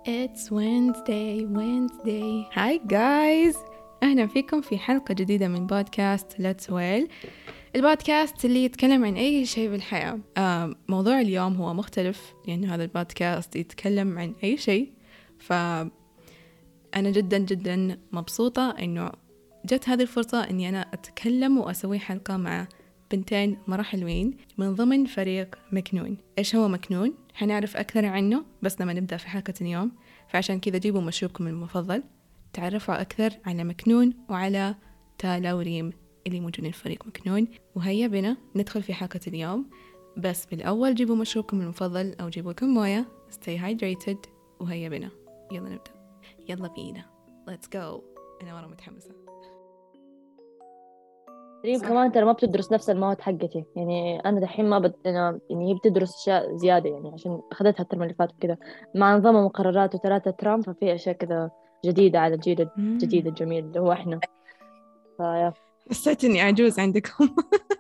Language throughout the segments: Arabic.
It's Wednesday. Hi guys. أهلا فيكم في حلقة جديدة من بودكاست Let's Well. البودكاست اللي يتكلم عن أي شيء بالحياة. موضوع اليوم هو مختلف لأن هذا البودكاست يتكلم عن أي شيء. فأنا جدا مبسوطة إنه جت هذه الفرصة إني أنا أتكلم وأسوي حلقة مع بنتين مرة حلوين من ضمن فريق مكنون. إيش هو مكنون؟ حنعرف أكثر عنه بس لما نبدأ في حلقة اليوم. فعشان كذا جيبوا مشروبكم المفضل، تعرفوا أكثر على مكنون وعلى تالا وريم اللي موجودين في فريق مكنون. وهيا بنا ندخل في حلقة اليوم. بس بالأول جيبوا مشروبكم المفضل أو جيبوا لكم موية. Stay hydrated. وهيا بنا يلا نبدأ. يلا بينا Let's go. أنا مرة متحمسة. ريم كمان ترى ما بتدرس نفس المواد حقتي، يعني أنا دحين ما أنا يعني هي بتدرس أشياء زيادة، يعني عشان أخذتها الترم اللي فات كذا مع نظام مقررات وثلاثة ترام، ففي أشياء كذا جديدة على الجيل الجديد الجميل اللي هو إحنا. فيا حسيت إني عجوز عندكم.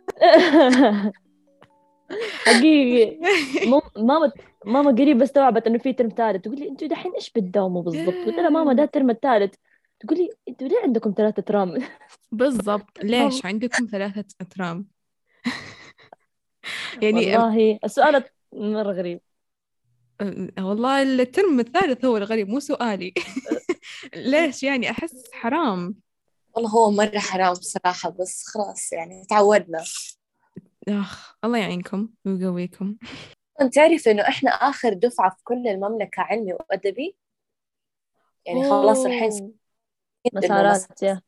حقيقي ماما قريب استوعبت إنه في ترم ثالث، تقول لي أنتوا دحين إيش بتداوموا بالضبط؟ قلت لها ماما ده الترم الثالث. تقول لي أنتوا ليه عندكم ثلاثة ترام؟ بالضبط، ليش عندكم 3 أترام؟ يعني والله السؤال مرة غريب. والله الترم الثالث هو الغريب مو سؤالي. ليش يعني أحس حرام. والله هو مرة حرام صراحة، بس خلاص يعني تعودنا. الله يعينكم ويقويكم. أنت تعرف إنه إحنا آخر دفعة في كل المملكة علمي وأدبي، يعني خلاص الحين مسارات يا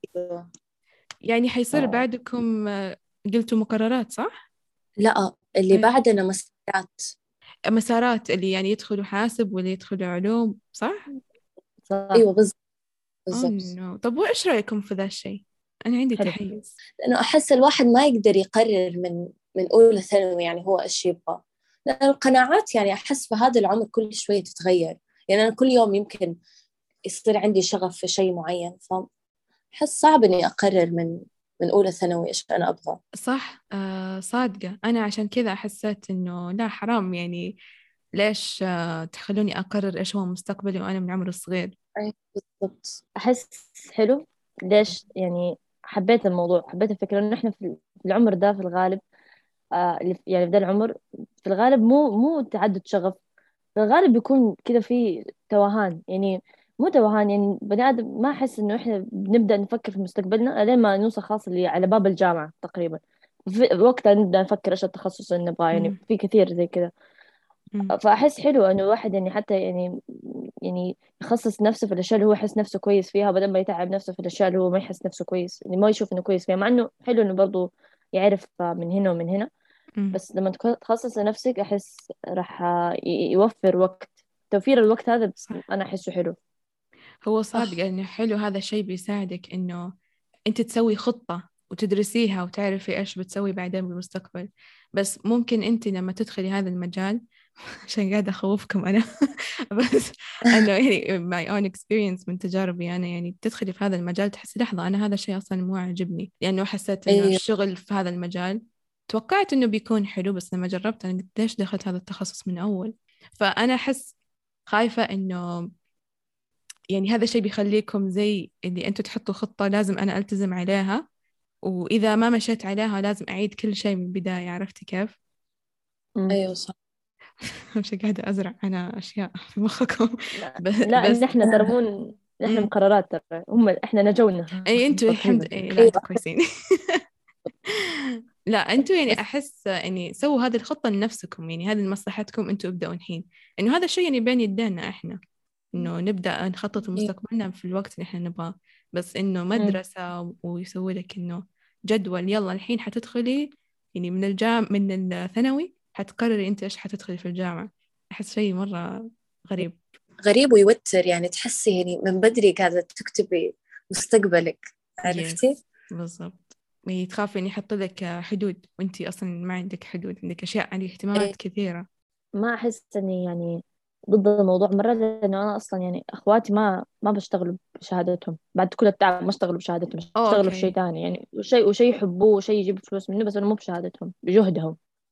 يعني حيصير بعدكم قلتوا مقررات صح؟ لا، اللي بعدنا مسارات. مسارات اللي يعني يدخلوا حاسب واللي يدخلوا علوم صح؟ صح. أيوة بالضبط. no. طب وإيش رأيكم في ذا الشيء؟ أنا عندي تحيز. لأنه أحس الواحد ما يقدر يقرر من أولى ثانوي يعني هو إيش يبغى، لأن القناعات يعني أحس في هذا العمر كل شوية تتغير. يعني أنا كل يوم يمكن يصير عندي شغف في شيء معين، فأحس صعب إني أقرر من أولى ثانوي إيش أنا أبغى. صح. صادقة. أنا عشان كذا حسيت إنه لا حرام، يعني ليش تخلوني أقرر إيش هو مستقبلي وأنا من عمر الصغير. أي بالضبط. أحس حلو. ليش يعني حبيت الموضوع، حبيت الفكرة إنه إحنا في العمر ده في الغالب، يعني في ده العمر في الغالب مو تعدد شغف، في الغالب بيكون كده في توهان، يعني مو توهان، يعني بني آدم ما أحس إنه إحنا بنبدأ نفكر في مستقبلنا لين ما نوصل خاص اللي على باب الجامعة تقريبا، في وقتها نبدأ نفكر إيش التخصص اللي نبغاه، يعني في كثير زي كده. فأحس حلو إنه الواحد يعني حتى يعني يخصص نفسه في الأشياء اللي هو يحس نفسه كويس فيها، بدل ما يتعب نفسه في الأشياء اللي هو ما يحس نفسه كويس، يعني ما يشوف إنه كويس فيها، مع إنه حلو إنه برضو يعرف من هنا ومن هنا. بس لما تخصص لنفسك أحس راح يوفر وقت. توفير الوقت هذا صح. أنا أحسه حلو. هو صادق إنه حلو. هذا الشيء بيساعدك إنه أنت تسوي خطة وتدرسيها وتعرفي إيش بتسوي بعدين بالمستقبل. بس ممكن أنت لما تدخلي هذا المجال عشان قاعدة أخوفكم أنا. بس أنه يعني my own experience من تجاربي أنا، يعني تدخلي في هذا المجال تحسي لحظة أنا هذا الشيء أصلا مو عاجبني، لأنه حسيت إنه أيوة. الشغل في هذا المجال توقعت إنه بيكون حلو، بس لما جربت أنا قلت ليش دخلت هذا التخصص من أول. فأنا أحس خايفة إنه يعني هذا الشيء بيخليكم زي اللي أنتوا تحطوا خطة لازم أنا ألتزم عليها، وإذا ما مشيت عليها لازم أعيد كل شيء من البداية. عرفتي كيف؟ أيوة صح. مش قاعدة أزرع أنا أشياء في مخكم. لا بس نحن ترى نحن مقررات، ترى إحنا نجونا أي أنتوا الحمد تقريبا. لا أنتوا كويسين. لا أنتوا يعني أحس يعني سووا هذه الخطة لنفسكم، يعني هذه لمصلحتكم. أنتوا ابدأوا الحين إنه هذا الشيء يعني بين يدينا إحنا، إنه نبدأ نخطط لمستقبلنا في الوقت اللي إحنا نبغاه. بس إنه مدرسة ويسوي لك إنه جدول يلا الحين حتدخلي يعني من الثانوي حتقرري أنت إيش حتدخلي في الجامعة. أحس شيء مرة غريب. غريب ويوتر، يعني تحسي يعني من بدري قاعدة تكتبي مستقبلك. عرفتي؟ يس بالضبط. يعني تخافي إني أحط لك حدود وأنتي أصلا ما عندك حدود، عندك أشياء عندك اهتمامات كثيرة. ما أحس إني يعني ضد الموضوع مرة، لأنه أنا أصلا يعني أخواتي ما بيشتغلوا بشهادتهم، بعد كل التعب ما اشتغلوا بشهادتهم، اشتغلوا في شيء أوكي. ثاني، يعني وشيء يحبوه وشيء يجيب فلوس منه، بس أنا مو بشهادتهم، بجهدهم.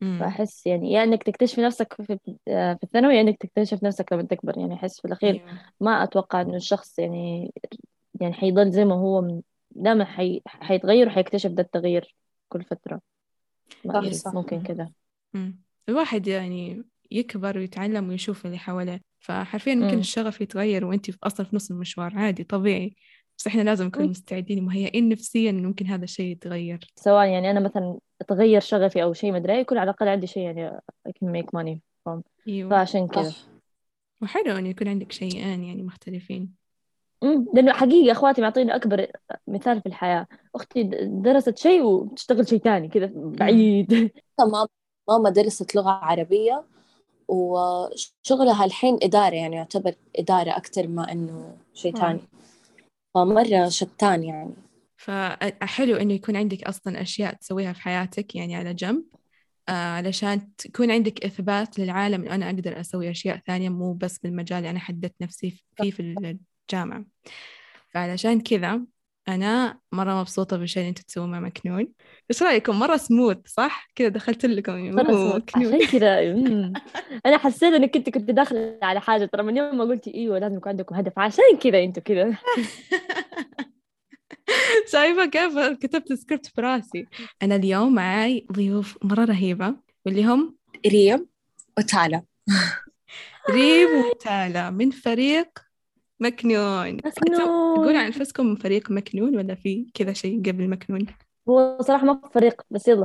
فأحس يعني يا إنك تكتشف نفسك في الثانوي، يا إنك تكتشف نفسك لما تكبر. يعني أحس في الأخير أيوة. ما أتوقع إنه الشخص يعني حيضل زي ما هو دائما حيتغير وحيكتشف ده التغيير كل فترة. ما صح أدري، صح. ممكن كذا. الواحد يعني يكبر ويتعلم ويشوف اللي حواليه، فحرفيا ممكن أمم. الشغف يتغير وانت أصلا في نص المشوار، عادي طبيعي. بس احنا لازم نكون أمم. مستعدين ومهيئين نفسيا إنه ممكن هذا الشيء يتغير. سواء يعني أنا مثلا تغير شغفي أو شيء مدري، يكون على الأقل عندي شيء يعني I can make money from. ايوه. فعشان كذا. صح. وحلو إنه يكون عندك شيئين يعني مختلفين. لأنه حقيقة أخواتي معطيني أكبر مثال في الحياة. أختي درست شيء وتشتغل شيء تاني كذا امم. بعيد. ماما درست لغة عربية وشغلها الحين إدارة، يعني يعتبر إدارة أكتر ما إنه شيء واو. تاني، فمرة شتان يعني. فحلو إنه يكون عندك أصلا أشياء تسويها في حياتك يعني على جنب، علشان تكون عندك إثبات للعالم إنه أنا أقدر أسوي أشياء ثانية مو بس بالمجال اللي أنا حددت نفسي فيه في الجامعة. فعلشان كذا أنا مرة مبسوطة بالشيء اللي أنتوا تسووه مع مكنون. إيش رأيكم؟ مرة سموث صح؟ كذا دخلت لكم مرة أوه سموث مكنون. عشان كذا. أنا حسيت إنك كنت داخلة على حاجة، ترى من يوم ما قلتي إيوه لازم يكون عندكم هدف، عشان كذا أنتوا كذا. شايفة كيف كتبت سكريبت براسي. أنا اليوم معاي ضيوف مرة رهيبة، واللي هم ريم وتالا. ريم وتالا من فريق مكنون. أنتوا تقولوا عن مكنون. أنفسكم من فريق مكنون ولا في كذا شيء قبل مكنون؟ هو صراحة ما في فريق، بس يلا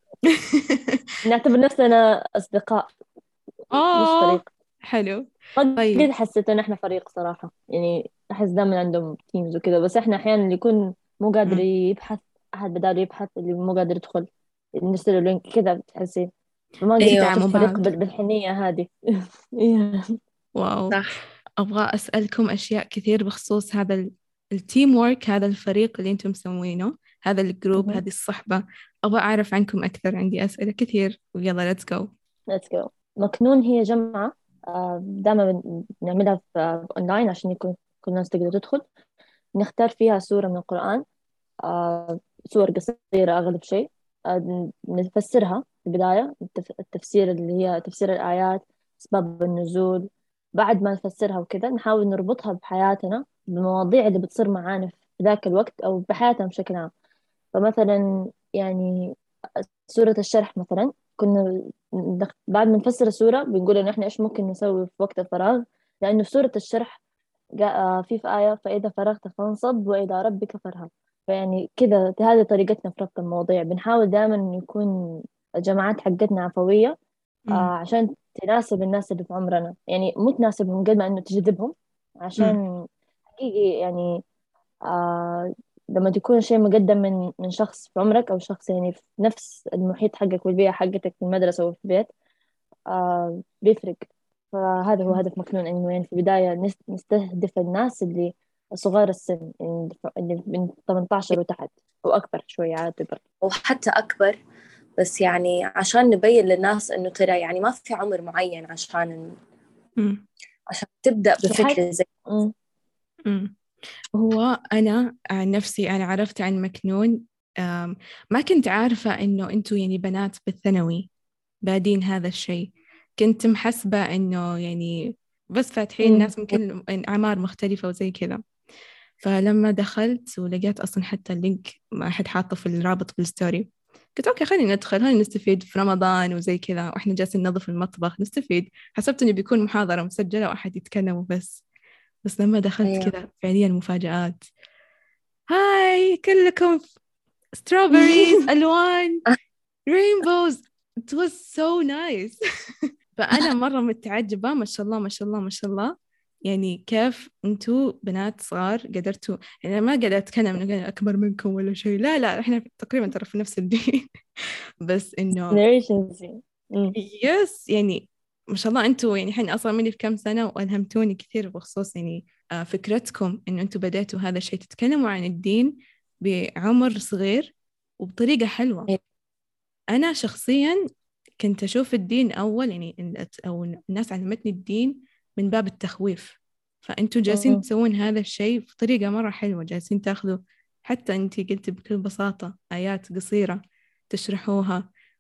نعتبر نفسنا أصدقاء مش آه فريق. حلو. ما قد طيب. حسيت إن إحنا فريق صراحة، يعني أحس دائما عندهم تيمز وكذا، بس إحنا أحيانا اللي يكون مو قادر مم. يبحث، أحد بداله يبحث، اللي مو قادر يدخل نرسل له لينك كذا بتحسي. فما قد أيوة تدعموا شفت فريق بعض. بالحنية هذه. إيه. واو. صح. أبغى أسألكم أشياء كثير بخصوص هذا التيم وورك، هذا الفريق اللي أنتم مسوينه، هذا الجروب، مهم. هذه الصحبة. أبغى أعرف عنكم أكثر، عندي أسئلة كثير ويلا let's go. Let's go. مكنون هي جمعة دائما بنعملها في أونلاين عشان يكون كل الناس تقدر تدخل. نختار فيها سورة من القرآن، سور قصيرة أغلب شيء. نفسرها في البداية، التفسير اللي هي تفسير الآيات، أسباب النزول. بعد ما نفسرها وكذا نحاول نربطها بحياتنا، بالمواضيع اللي بتصير معانا في ذاك الوقت أو بحياتنا بشكل عام. فمثلا يعني سورة الشرح مثلا، كنا بعد ما نفسر السورة بنقول إنه إحنا إيش ممكن نسوي في وقت الفراغ. لأنه في سورة الشرح جاء في آية فإذا فرغت فانصب وإلى ربك فارهب. فيعني كذا هذه طريقتنا في ربط المواضيع. بنحاول دائما يكون الجماعات حقتنا عفوية، مم. عشان تناسب الناس اللي في عمرنا، يعني مو تناسبهم قد ما إنه تجذبهم. مم. عشان حقيقي يعني لما تكون شيء مقدم من شخص في عمرك أو شخص يعني في نفس المحيط حقك والبيئة حقتك في المدرسة أو في البيت، بيفرق. فهذا هو هدف مكنون، إنه يعني في البداية نستهدف الناس اللي صغار السن، اللي من 18 وتحت وأكبر شوية عادي برضه. وحتى أكبر، بس يعني عشان نبين للناس إنه ترى يعني ما في عمر معين مم. عشان تبدأ وحتى بفكرة زي. مم. هو أنا عن نفسي أنا عرفت عن مكنون، ما كنت عارفة إنه أنتوا يعني بنات بالثانوي بادين هذا الشيء. كنت محسبة إنه يعني بس فاتحين ناس ممكن أعمار مختلفة وزي كذا. فلما دخلت ولقيت أصلا حتى اللينك ما أحد حاطه في الرابط بالستوري، قلت أوكي خلينا ندخل، خلينا نستفيد في رمضان وزي كذا وإحنا جالسين ننظف المطبخ نستفيد. حسبت إنه بيكون محاضرة مسجلة وأحد يتكلم وبس. بس لما دخلت أيوة. كذا فعليا مفاجآت. هاي كلكم strawberries ألوان rainbows. it was so nice. فأنا مرة متعجبة، ما شاء الله ما شاء الله ما شاء الله. يعني كيف أنتوا بنات صغار قدرتوا، يعني أنا ما قاعدة أتكلم إنه أنا أكبر منكم ولا شيء، لا لا إحنا تقريبا ترى في نفس الدين. بس إنه generations. يس يعني ما شاء الله أنتوا يعني الحين أصغر مني في كم سنة وألهمتوني كثير بخصوص يعني فكرتكم إنه أنتوا بدأتوا هذا الشيء تتكلموا عن الدين بعمر صغير وبطريقة حلوة. أنا شخصيا كنت أشوف الدين أول يعني أو الناس علمتني الدين من باب التخويف. فأنتوا جالسين تسوون هذا الشيء بطريقة مرة حلوة، جالسين تاخذوا حتى أنتي قلت بكل بساطة آيات قصيرة تشرحوها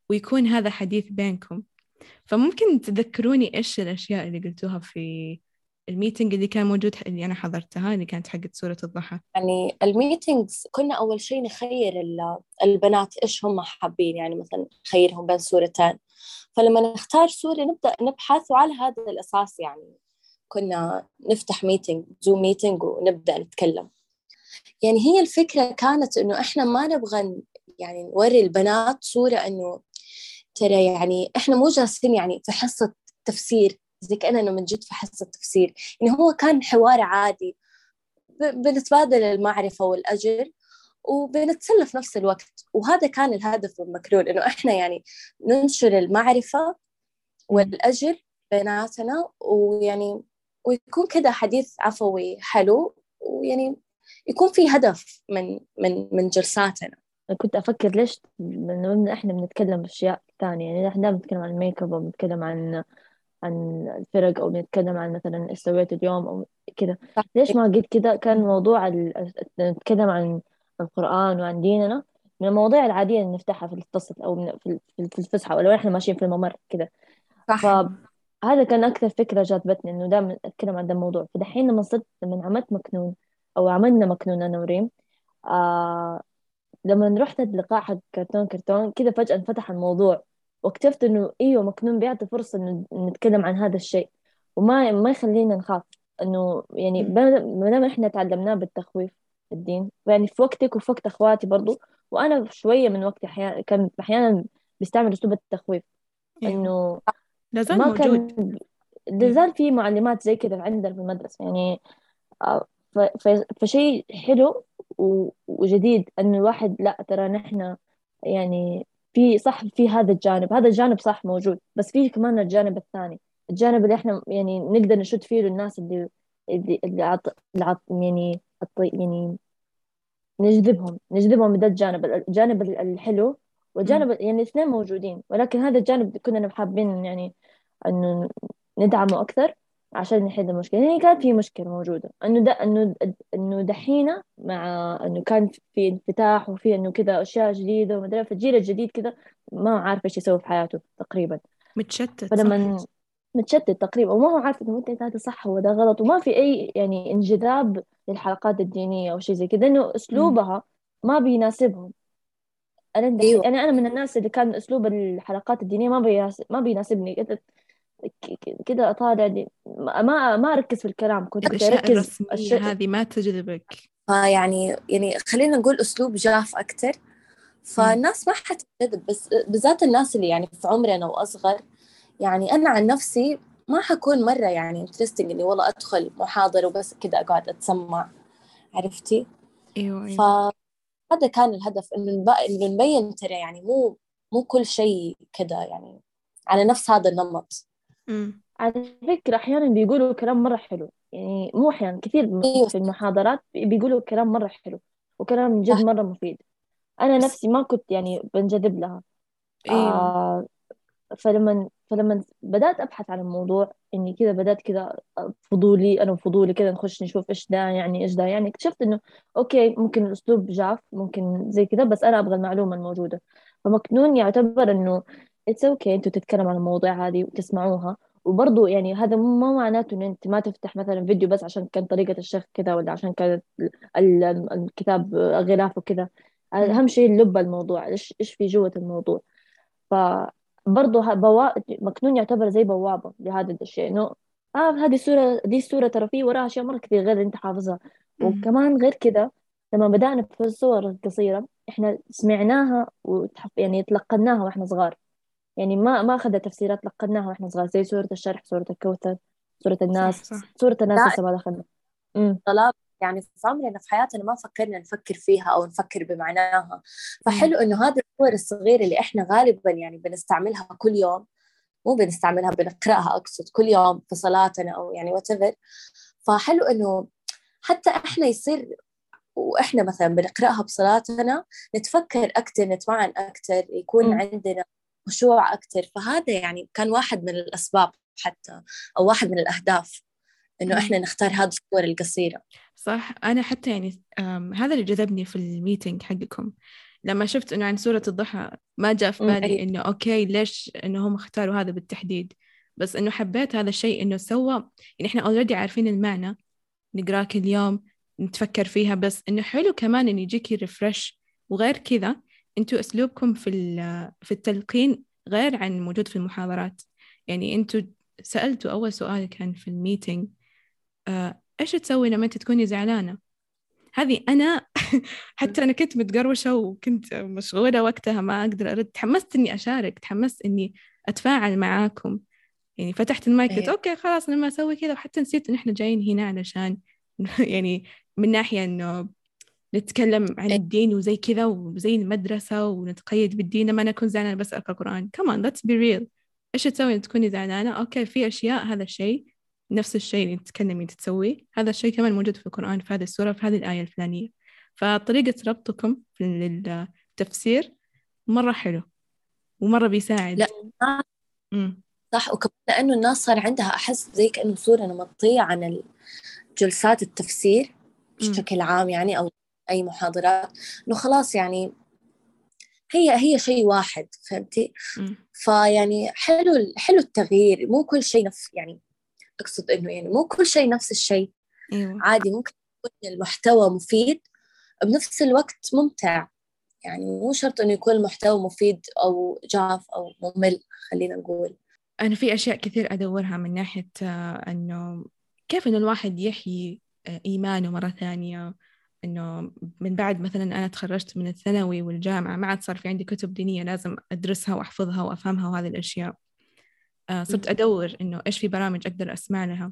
ويكون هذا حديث بينكم. فممكن تذكروني إيش الأشياء اللي قلتوها في الميتنج اللي كان موجود اللي أنا حضرتها اللي كانت حقت سورة الضحى؟ يعني الميتينجز كنا أول شيء نخير البنات إيش هم حابين، يعني مثلا نخيرهم بين سورتين، فلما نختار سورة نبدأ نبحث، وعلى هذا الأساس يعني كنا نفتح زوم ميتينج ونبدأ نتكلم. يعني هي الفكرة كانت إنه إحنا ما نبغى يعني نوري البنات صورة إنه ترى يعني إحنا مو جالسين يعني في حصة تفسير زي كأننا من جد في حصة تفسير. يعني هو كان حوار عادي، بنتبادل المعرفة والأجر وبنتسلى في نفس الوقت، وهذا كان الهدف من مكنون، إنه إحنا يعني ننشر المعرفة والأجر بيناتنا، ويعني ويكون كده حديث عفوي حلو، ويعني يكون في هدف من جلساتنا. كنت أفكر ليش إنه إحنا بنتكلم بأشياء ثانية، يعني إحنا دائما بنتكلم عن الميك اب، أو بنتكلم عن الفرق، أو بنتكلم عن مثلا إيش سويت اليوم أو كده. ليش ما قلت كده؟ كان موضوع نتكلم عن القرآن وعن ديننا من المواضيع العادية اللي نفتحها في الفصل، أو في الفسحة، ولو إحنا ماشيين في الممر كده. صح. فهذا كان أكثر فكرة جذبتني، إنه دائما أتكلم عن ده الموضوع. فدحين لما صرت، لما عملت مكنون أو عملنا مكنون أنا وريم، آه لما رحت اللقاء حق كرتون كذا فجأة انفتح الموضوع، واكتشفت إنه إيوه مكنون بيعطي فرصة إنه نتكلم عن هذا الشيء، وما ما يخلينا نخاف. إنه يعني ما دام إحنا تعلمناه بالتخويف الدين، يعني في وقتك وفي وقت أخواتي برضو، وأنا شوية من وقتي كان أحيانا بيستعمل أسلوب التخويف. أيوة، إنه لازال ما موجود. كان أيوة. لازال في معلمات زي كذا عندنا في المدرسة يعني. فشيء حلو وجديد إنه الواحد، لا ترى نحن يعني في صح، في هذا الجانب صح موجود، بس في كمان الجانب الثاني، الجانب اللي احنا يعني نقدر نشد فيه للناس يعني نجذبهم بهذا الجانب الحلو، أمم. والجانب يعني الاثنين موجودين، ولكن هذا الجانب كنا حابين يعني انه ندعمه اكثر عشان نحل المشكله. يعني كان في مشكله موجوده، انه دحين مع انه كان في انفتاح، وفي انه كذا اشياء جديده ومدري، في الجيل الجديد كذا ما عارف ايش يسوي في حياته تقريبا. متشتت، صح. فلما متشتت تقريبا، وما هو عارف انه هذا صح وده غلط، وما في اي يعني انجذاب للحلقات الدينية او شيء زي كذا، انه أمم. اسلوبها ما بيناسبهم. ايوه انا من الناس اللي كان اسلوب الحلقات الدينية ما بيناسبني كذا. كذا اطالع ما اركز في الكلام، كنت الأشياء اركز الرسمية هذه ما تجذبك. يعني خلينا نقول أسلوب جاف أكتر، أمم. فالناس ما حتجذب، بس بالذات الناس اللي يعني في عمرنا وأصغر. يعني أنا عن نفسي ما حكون مرة يعني انترستنج إني والله أدخل محاضرة وبس كده أقعد أتسمع، عرفتي؟ أيوة، أيوة. فهذا كان الهدف، إنه نبين ترى يعني مو كل شيء كده يعني على نفس هذا النمط. أمم. على فكرة احيانا بيقولوا كلام مرة حلو، يعني مو احيانا، كثير أيوه في المحاضرات بيقولوا كلام مرة حلو، وكلام من جد صح. مرة مفيد. انا بس نفسي ما كنت يعني بنجذب لها. أيوة. فلما بدأت أبحث عن الموضوع، إني كذا بدأت كذا فضولي كذا نخش نشوف إيش ده يعني اكتشفت إنه أوكي، ممكن الأسلوب جاف، ممكن زي كذا، بس أنا أبغى المعلومة الموجودة. فمكنون يعتبر إنه اتس اوكي أنتوا تتكلم عن المواضيع هذه وتسمعوها، وبرضو يعني هذا ما معناته إن أنت ما تفتح مثلا فيديو بس عشان كان طريقة الشرح كذا، ولا عشان كانت الكتاب غلافه كذا. أمم. أهم شيء لب الموضوع، إيش في جوة الموضوع. فبرضه مكنون يعتبر زي بوابة لهذا الشيء، إنه هذه السورة، دي السورة ترى في وراها أشياء مرة كثير غير اللي أنت حافظها. أمم. وكمان غير كده، لما بدأنا في الصور القصيرة إحنا سمعناها يعني تلقناها وإحنا صغار. يعني ما أخذنا تفسيرات، تلقناها وإحنا صغار، زي سورة الشرح، سورة الكوثر، سورة صح، الناس. صح. سورة الناس لا لسه ما دخلنا. أمم. طلاب يعني في عمرنا في حياتنا ما فكرنا نفكر فيها أو نفكر بمعناها. أمم. فحلو إنه هذه الصور الصغيرة اللي إحنا غالبا يعني بنستعملها كل يوم، مو بنستعملها بنقرأها أقصد كل يوم في صلاتنا أو يعني whatever. فحلو إنه حتى إحنا يصير وإحنا مثلا بنقرأها بصلاتنا نتفكر أكتر، نتمعن أكتر، يكون أمم. عندنا خشوع أكتر. فهذا يعني كان واحد من الأسباب حتى، أو واحد من الأهداف، إنه أمم. إحنا نختار هذه الصور القصيرة. صح. أنا حتى يعني هذا اللي جذبني في الميتينج حقكم، لما شفت إنه عن سورة الضحى ما جاء في بالي أي. إنه أوكي ليش إنه هم اختاروا هذا بالتحديد، بس إنه حبيت هذا الشيء إنه سوى، يعني إحنا أوريدي عارفين المعنى، نقراه كل يوم، نتفكر فيها، بس إنه حلو كمان إنه يجيكي ريفرش. وغير كذا أنتوا أسلوبكم في التلقين غير عن موجود في المحاضرات. يعني أنتوا سألتوا أول سؤال كان في الميتينج إيش تسوي لما أنت تكوني زعلانة؟ هذه أنا حتى أنا كنت متقروشة وكنت مشغولة وقتها ما أقدر أرد، تحمست إني أشارك، تحمست إني أتفاعل معاكم. يعني فتحت المايك قلت أي. أوكي خلاص لما أسوي كذا، وحتى نسيت إن إحنا جايين هنا علشان يعني من ناحية إنه نتكلم عن أي. الدين وزي كذا وزي المدرسة ونتقيد بالدين. لما أنا أكون زعلانة بس أقرأ قرآن، come on let's be real. إيش تسوي إن تكوني زعلانة؟ أوكي في أشياء، هذا الشيء نفس الشيء اللي تتكلمي تسويه، هذا الشيء كمان موجود في القرآن في هذه السورة في هذه الآية الفلانية. فطريقة ربطكم في التفسير مرة حلو ومرة بيساعد. لا صح، وكمان لأنه الناس صار عندها أحس زي كأنه صورة نمطية عن جلسات التفسير أمم. بشكل عام، يعني أو أي محاضرات، إنه خلاص يعني هي شيء واحد، فهمتي؟ أمم. فيعني حلو التغيير، مو كل شيء نفس، يعني أقصد إنه يعني مو كل شيء نفس الشيء، أيوة. عادي ممكن يكون المحتوى مفيد بنفس الوقت ممتع، يعني مو شرط إنه يكون المحتوى مفيد أو جاف أو ممل، خلينا نقول. أنا في أشياء كثير أدورها من ناحية أنه كيف إنه الواحد يحيي إيمانه مرة ثانية. إنه من بعد مثلا أنا تخرجت من الثانوي والجامعة ما عاد صار في عندي كتب دينية لازم أدرسها وأحفظها وأفهمها وهذه الأشياء. صرت أدور إنه إيش في برامج أقدر أسمع لها،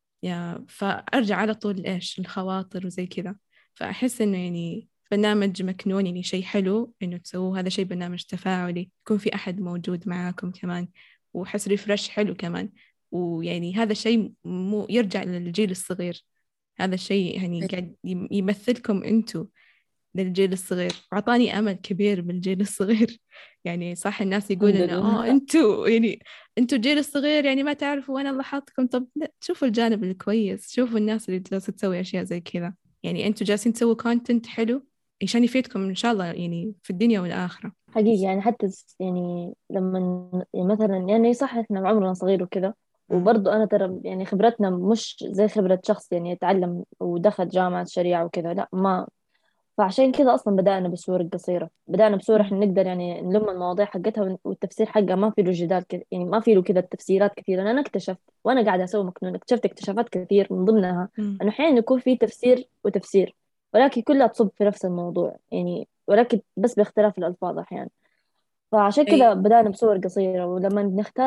فأرجع على طول إيش الخواطر وزي كذا. فأحس إنه يعني برنامج مكنون يعني شيء حلو إنه تسووه، هذا شيء برنامج تفاعلي يكون في أحد موجود معاكم كمان، وحس ريفرش حلو كمان. ويعني هذا الشيء مو يرجع للجيل الصغير، هذا الشيء يعني قاعد يمثلكم أنتوا للجيل الصغير، وعطاني أمل كبير بالجيل الصغير. يعني صح الناس يقول الحمد إنه لله. أنتوا يعني أنتوا الجيل الصغير يعني ما تعرفوا وين الله حاطكم. طب لا، شوفوا الجانب الكويس، شوفوا الناس اللي جالسة تسوي أشياء زي كذا. يعني أنتوا جالسين تسووا كونتنت حلو عشان يفيدكم إن شاء الله يعني في الدنيا والآخرة. حقيقي يعني حتى يعني لما يعني مثلا يعني صح احنا عمرنا صغير وكذا، أمم. وبرضه انا ترى يعني خبرتنا مش زي خبرة شخص يعني يتعلم ودخل جامعة شريعة وكذا، لا ما. فعشان كذا اصلا بدأنا بسور قصيرة، بدأنا بسورة أمم. احنا نقدر يعني نلم المواضيع حقتها والتفسير حقها ما في له جدال يعني ما في له كذا تفسيرات كثيرة. انا اكتشفت وانا قاعدة اسوي مكنون، اكتشفت اكتشافات كثير من ضمنها أمم. انه احيانا يكون في تفسير وتفسير، ولكن كلها تصب في نفس الموضوع يعني، ولكن بس باختلاف الألفاظ أحيانا. فعشان كذا أي. بدأنا بصور قصيرة. ولما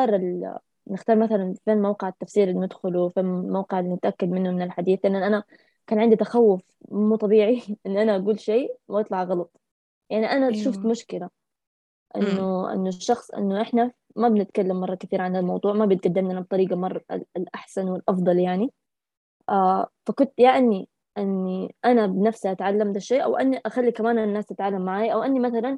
نختار مثلا فين موقع التفسير اللي ندخله، فين الموقع اللي نتأكد منه من الحديث، لأن أنا كان عندي تخوف مو طبيعي إن أنا أقول شيء ويطلع غلط. يعني أنا شفت أيوة. مشكلة أمم. إنه الشخص، إنه إحنا ما بنتكلم مرة كثير عن الموضوع، ما بيتقدم لنا بطريقة مرة الأحسن والأفضل يعني. فكنت يعني اني انا بنفسي اتعلم ده الشيء، او اني اخلي كمان الناس تتعلم معي، او اني مثلا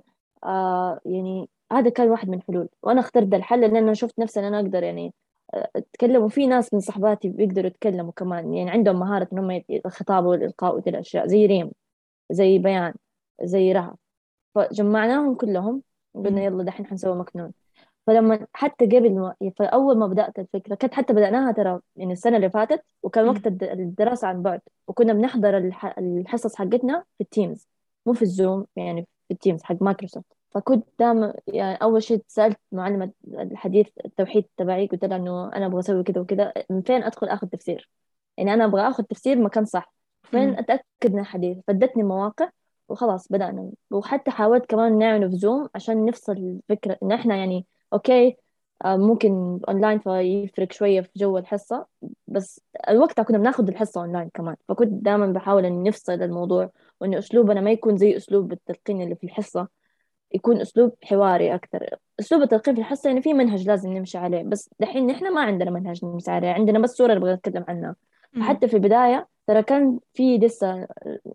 يعني هذا كان واحد من الحلول، وانا اخترت ده الحل لان انا شفت نفسي ان انا اقدر يعني اتكلم. وفي ناس من صحباتي بيقدروا يتكلموا كمان، يعني عندهم مهارة ان هم الخطابة والالقاء وذي الاشياء، زي ريم، زي بيان، زي رهف. فجمعناهم كلهم قلنا أمم. يلا دحين حنسوي مكنون. فلما حتى قبل ما فأول ما بدأت الفكرة كانت حتى بدأناها ترى يعني السنة اللي فاتت، وكان وقت أمم. الدراسة عن بعد، وكنا بنحضر الحصص حقتنا في التيمز، مو في الزوم، يعني في التيمز حق مايكروسوفت. فكنت دائما يعني أول شيء سألت معلمة الحديث التوحيد تبعي، قلت لها إنه أنا أبغى أسوي كذا وكذا، من فين أدخل أخذ تفسير؟ يعني أنا أبغى أخذ تفسير مكان صح، فين أمم. أتأكد من الحديث؟ فادتني مواقع وخلاص بدأنا. وحتى حاولت كمان نعمله في زوم عشان نفصل الفكرة إن إحنا يعني أوكي ممكن أونلاين فيفرق شوية في جو الحصة، بس الوقت كنا بناخد الحصة أونلاين كمان. فكنت دائما بحاول إن نفصل الموضوع، وإن أسلوبنا ما يكون زي أسلوب التلقين اللي في الحصة، يكون أسلوب حواري أكثر. أسلوب التلقين في الحصة يعني في منهج لازم نمشي عليه، بس دحين نحن ما عندنا منهج نمشي عليه، عندنا بس صورة نبغى نتكلم عنها. أمم. فحتى في البداية ترى كان في لسه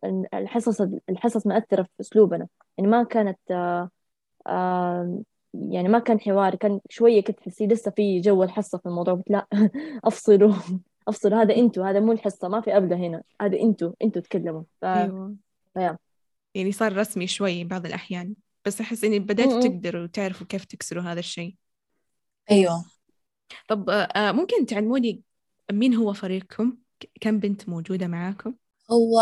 الحصص مأثرة في أسلوبنا، يعني ما كانت آه يعني ما كان حواري، كان شوية كنت تحسي لسه في جو الحصة في الموضوع. قلت لا أفصلوا أفصلوا، هذا أنتوا، هذا مو الحصة، ما في أبلة هنا، هذا أنتوا تكلموا أيوة. فيا. يعني صار رسمي شوي بعض الأحيان. بس أحس إني بدأتوا م- م. تقدروا تعرفوا كيف تكسروا هذا الشيء. أيوة. طب ممكن تعلموني مين هو فريقكم؟ كم بنت موجودة معاكم؟ هو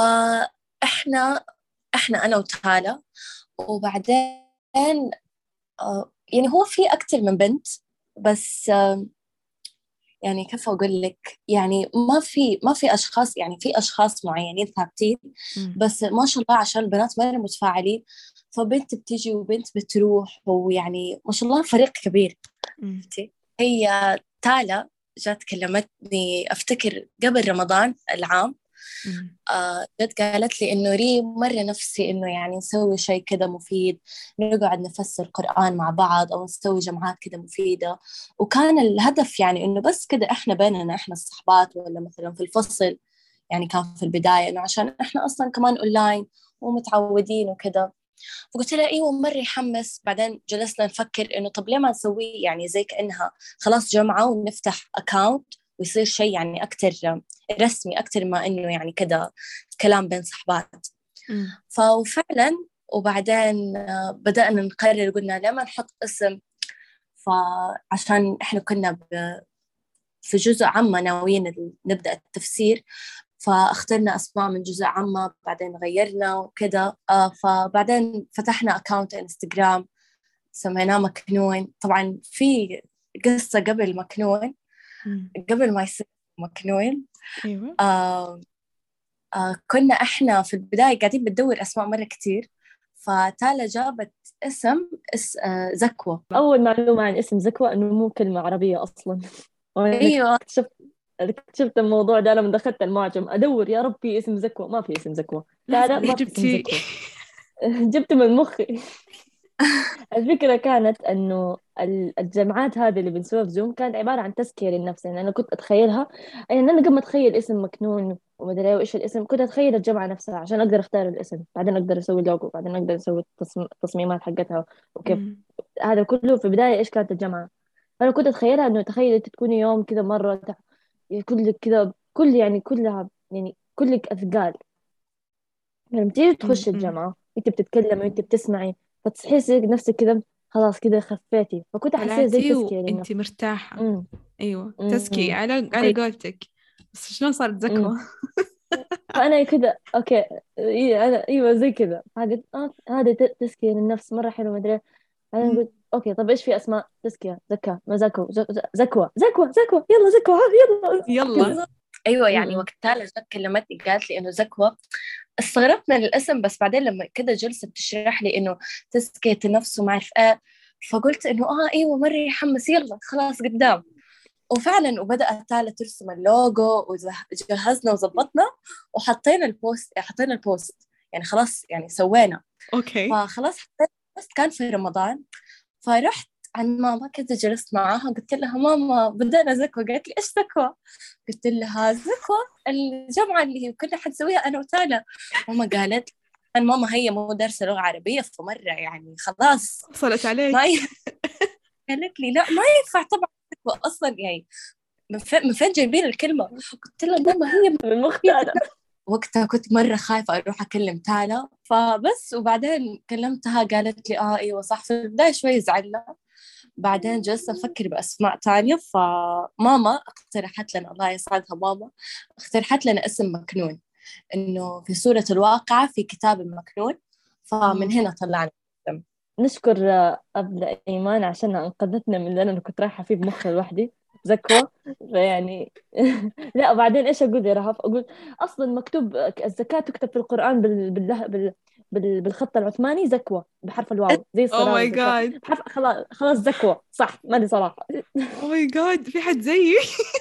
إحنا أنا وتالا، وبعدين يعني هو في أكتر من بنت، بس يعني كيف أقول لك، يعني ما في أشخاص، يعني في أشخاص معينين ثابتين، بس ما شاء الله عشان البنات مرة متفاعلين، فبنت بتيجي وبنت بتروح، ويعني ما شاء الله فريق كبير. هي تالا جات كلمتني أفتكر قبل رمضان العام، جت قالت لي إنه ريم مرة نفسي إنه يعني نسوي شيء كده مفيد، نقعد نفسر القرآن مع بعض أو نسوي جمعات كده مفيدة. وكان الهدف يعني إنه بس كده إحنا بيننا إحنا الصحبات، ولا مثلا في الفصل، يعني كان في البداية إنه عشان إحنا أصلا كمان أونلاين ومتعودين وكده. فقلت لها ايوه مره يحمس. بعدين جلسنا نفكر انه طب ليه ما نسويه يعني زي كانها خلاص جمعه ونفتح اكاونت ويصير شيء يعني اكثر رسمي، اكثر ما انه يعني كده كلام بين صحبات. ففعلا وبعدين بدأنا نقرر، قلنا ليه ما نحط اسم. فعشان احنا كنا في جزء عامة ناويين نبدأ التفسير، فاخترنا أسماء من جزء عامة، بعدين غيرنا وكده. فبعدين فتحنا أكاونت إنستغرام سميناه مكنون. طبعا في قصة قبل مكنون، قبل ما يصير مكنون. أيوة. كنا إحنا في البداية قاعدين بندور أسماء مرة كتير، فتالا جابت اسم زكوة. أول معلومة عن اسم زكوة إنه مو كلمة عربية أصلا. وأنا أيوة. اكتشفت الموضوع ده لما دخلت المعجم أدور، يا ربي اسم زكوة، ما في اسم زكوة. لا لازم لا، ما في اسم جبتي. زكوة. جبت من مخي. الفكرة كانت أنه الجمعات هذه اللي بنسويها في زوم كانت عبارة عن تزكية للنفس. يعني أنا كنت أتخيلها، يعني أنا قبل ما أتخيل اسم مكنون ومدري إيه وإيش الاسم، كنت أتخيل الجمعة نفسها عشان أقدر أختار الاسم، بعدين أقدر أسوي اللوجو، بعدين أقدر أسوي التصميمات حقتها وكيف. هذا كله في البداية إيش كانت الجمعة. فأنا كنت أتخيلها إنه تخيل أنت تكوني يوم كذا مرة كلك كذا، يعني كلها، يعني كلك أثقال. لما تيجي تخش الجامعة انت بتتكلمي وانت بتسمعي، فتحسي نفسك كذا خلاص كذا خفيتي، فكنت احسها زي طلعتي تزكية للنفس. وانتي مرتاحة. امم أيوة، تزكي امم على زي قولتك. بس شلون صارت امم زكوة؟ فانا كذا اوكي، انا ايوه زي كذا، فقلت هذا تزكية للنفس مرة حلو مدري إيه. بعدين قلت اوكي طب ايش في اسماء تزكية؟ زكاة، مزاكو، زكوة، يلا زكوة يلا يلا. كذا. ايوه يعني امم وقتها جت كلمتني قالت لي انه زكوة، استغربت من الاسم، بس بعدين لما كده جلست تشرح لي انه تزكية النفس وما اعرف ايه، فقلت انه ايوه مرة يحمس، يلا خلاص قدام. وفعلا وبدأت تالا ترسم اللوجو وجهزنا وظبطنا وحطينا البوست يعني خلاص يعني سوينا. أوكي. فخلاص حطيت البوست، كان في رمضان. فرحت عند ماما كده جلست معاها، قلت لها ماما بدأنا زكوة. قالت لي إيش زكوة؟ قلت لها زكوة الجمعة اللي كنا حنسويها أنا وتالا. ماما قالت أن ماما هي مو دارسة لغة عربية، فمرة يعني خلاص وصلت ما عليك. قالت لي لا ما ينفع طبعا زكوة أصلا، يعني من فين جايبين الكلمة؟ قلت لها ماما هي من مختارة. وقتها كنت مرة خايفة أروح أكلم تالا، فبس وبعدين كلمتها قالت لي أيوة صح. في البداية شوي زعلنا، بعدين جلسنا نفكر بأسماء تانية، فماما اقترحت لنا، الله يسعدها ماما، اقترحت لنا اسم مكنون، إنه في سورة الواقعة في كتاب المكنون، فمن هنا طلعنا الاسم. نشكر أبلة إيمان عشان أنقذتنا من اللي أنا كنت رايحة فيه بمخي لوحدي، زكوة. فيعني لا وبعدين إيش أقول يا رهف؟ أقول أصلا مكتوب الزكاة تكتب في القرآن بالخط العثماني زكوة بحرف الواو زي أو الصلاة ماي والزكاة جاد. بحرف، خلاص خلاص زكوة صح، ما دي صراحة. أو ماي جاد، في حد زيي؟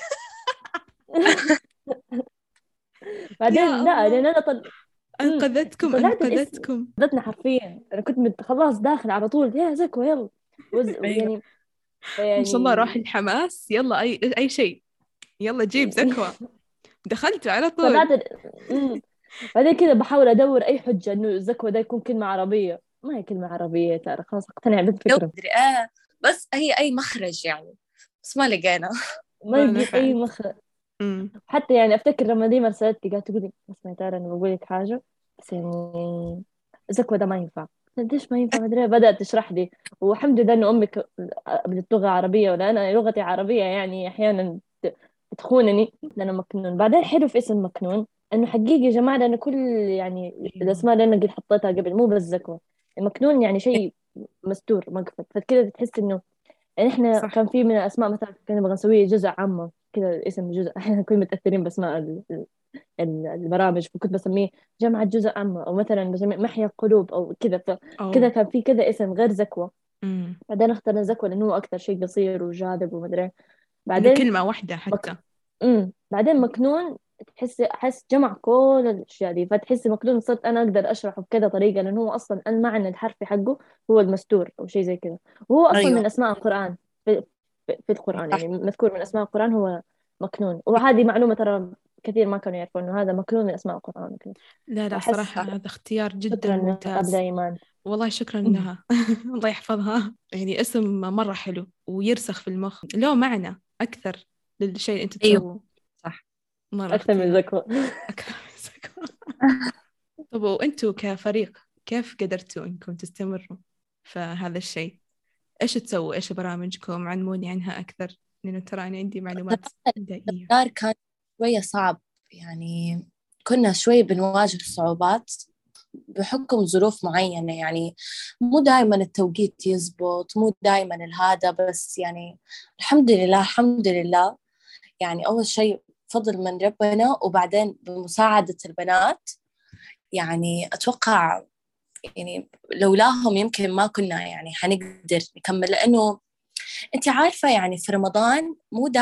يا بعدين لا لأن الله. أنا أنقذتكم طلعت الاسم، أنقذتكم. أخذتنا حرفيا. أنا كنت خلاص داخل على طول يا زكوة يلا أيوة. يعني ما شاء الله، روح يعني الحماس، يلا أي شيء، يلا جيب زكوة. دخلت على طول. طلعت بعدين كذا بحاول أدور أي حجة إنه الزكوة ده يكون كلمة عربية، ما هي كلمة عربية ترى، خلاص اقتنع لو بالفكرة. أدري بس هي أي مخرج يعني، بس ما لقينا. ما ما لقيت أي نفعت. مخرج. حتى يعني أفتكر لما ديما رسلتي قالت تقولي اسمعي ترى أنا بقول لك حاجة، بس يعني الزكوة ده ما ينفع. قديش ما ينفع مدري بدأت تشرح لي. والحمد لله إنه أمك بدت لغة عربية، ولا أنا لغتي عربية يعني أحيانا بتخونني. لأنه مكنون بعدين حلو في اسم مكنون إنه حقيقي يا جماعة، لأنه كل يعني أيوة الأسماء اللي أنا قد حطيتها قبل مو بس زكوة. مكنون يعني شيء مستور مقفل، فكذا تحس إنه يعني إحنا صح. كان في من الأسماء مثلا كنا نبغى نسوي جزء عامة كذا اسم جزء. إحنا كنا متأثرين بأسماء البرامج، فكنت بسميه جامعة جزء عامة، أو مثلا بسميه محيا القلوب أو كذا. فكذا أو كان في كذا اسم غير زكوة. أمم. بعدين اخترنا زكوة لأنه هو أكثر شيء قصير وجاذب ومدري إيه. إنه بعدين كلمة واحدة حتى. بعدين مكنون تحسي أحس جمع كل الأشياء دي، فتحسي مكنون صرت أنا أقدر أشرحه بكذا طريقة، لأنه هو أصلا المعنى الحرفي حقه هو المستور أو شيء زي كذا. وهو أصلا أيوة من أسماء القرآن في القرآن، صح. يعني مذكور من أسماء القرآن هو مكنون. وهذه معلومة ترى كثير ما كانوا يعرفون إنه هذا مكنون من أسماء القرآن وكذا. لا لا، أحس صراحة هذا اختيار جدا شكرا قبل ممتاز. إيمان. والله شكرا لها. الله يحفظها. يعني اسم مرة حلو ويرسخ في المخ، له معنى أكثر للشيء اللي أنت أيوة تسووه. صح. مرة أكثر من اختيار. زكوة. أكثر من زكاة. طب وأنتوا كفريق كيف قدرتوا إنكم تستمروا في هذا الشيء؟ إيش تسووا؟ إيش برامجكم؟ علموني عنها أكثر، لأنه ترى أنا عندي معلومات بدائية. الاختيار كان شوية صعب، يعني كنا شوي بنواجه صعوبات بحكم ظروف معينة. يعني مو دائما التوقيت يزبط، مو دائما الهذا، بس يعني الحمد لله الحمد لله. يعني أول شيء فضل من ربنا، وبعدين بمساعدة البنات. يعني أتوقع يعني لولاهم يمكن ما كنا يعني حنقدر نكمل، لأنه أنت عارفة يعني في رمضان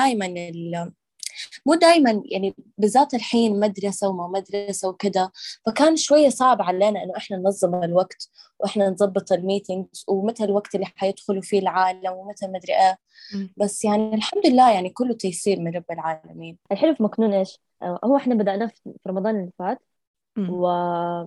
مو دايما يعني بالذات الحين مدرسة وما مدرسة وكده، فكان شوية صعب علينا إنه إحنا ننظم الوقت، وإحنا نضبط الميتينجز، ومتى الوقت اللي حيدخلوا فيه العالم، ومتى مدري إيه. أمم. بس يعني الحمد لله يعني كله تيسير من رب العالمين. الحلو في مكنون إيش؟ هو إحنا بدأنا في رمضان اللي فات. أمم. و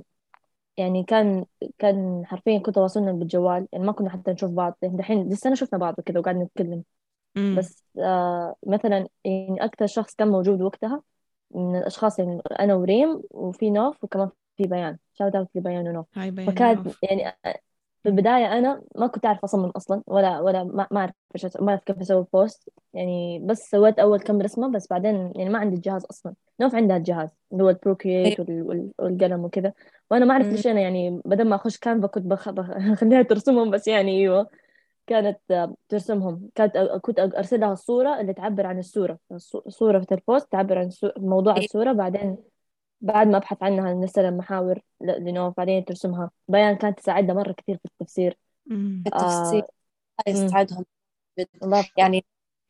يعني كان حرفيا كنت تواصلنا بالجوال، يعني ما كنا حتى نشوف بعض. يعني دحين دي السنة شفنا بعض وكذا وقاعدين نتكلم. أمم. بس مثلا يعني أكثر شخص كان موجود وقتها من الأشخاص، يعني أنا وريم وفي نوف وكمان في بيان. شاوت أوت لبيان ونوف. هاي بيان فكانت ونوف. يعني في أمم. البداية أنا ما كنت أعرف أصمم أصلا، ولا ما أعرف ما أعرف كيف أسوي بوست يعني. بس سويت أول كم رسمة، بس بعدين يعني ما عندي الجهاز أصلا. نوف عندها الجهاز اللي هو أيوة. البروكريت والقلم وكذا. وأنا ما أعرف أمم. ليش أنا يعني بدل ما أخش كانفا كنت بخليها ترسمهم. بس يعني أيوه كانت ترسمهم. كنت أرسلها الصورة اللي تعبر عن الصورة. صورة في البوست تعبر عن موضوع أيوة. الصورة. بعدين بعد ما أبحث عنها نرسلها محاور لنوف، بعدين ترسمها. بيان كانت تساعدنا مرة كثير في التفسير. أمم. التفسير آه أمم يسعدهم جد. الله. يعني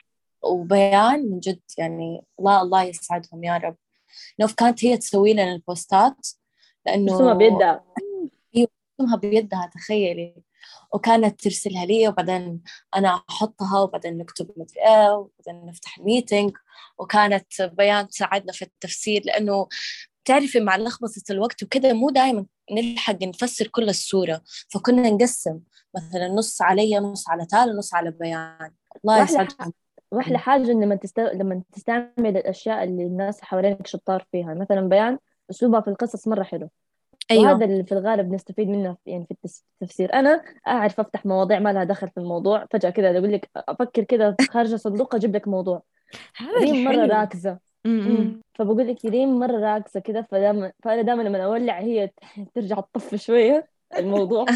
وبيان من جد، يعني الله الله يسعدهم يا رب. نوف كانت هي تسوي لنا البوستات، لأنه ترسمها بيدها. هي رسمها بيدها تخيلي. وكانت ترسلها لي، وبعدين أنا أحطها، وبعدين نكتب مدري إيه، وبعدين نفتح الميتينج. وكانت بيان تساعدنا في التفسير، لأنه تعرفي مع لخبطة الوقت وكذا مو دائما نلحق نفسر كل الصورة، فكنا نقسم مثلا نص علي، نص على تال، نص على بيان. الله وأحلى يسعدهم. وأحلى حاجة إن لما تستعمل الأشياء اللي الناس حوالينك شطار فيها. مثلا بيان أسلوبها في القصص مرة حلو. وهذا أيوة اللي في الغالب نستفيد منه يعني في التفسير. أنا أعرف أفتح مواضيع ما لها دخل في الموضوع، فجأة كذا أقول لك أفكر كذا خارج الصندوق أجيب لك موضوع. هذا ريم مرة الحلو. راكزة. أمم. فبقول لك ريم مرة راكزة كذا، فأنا دائما لما أولع هي ترجع تطفي شوية الموضوع.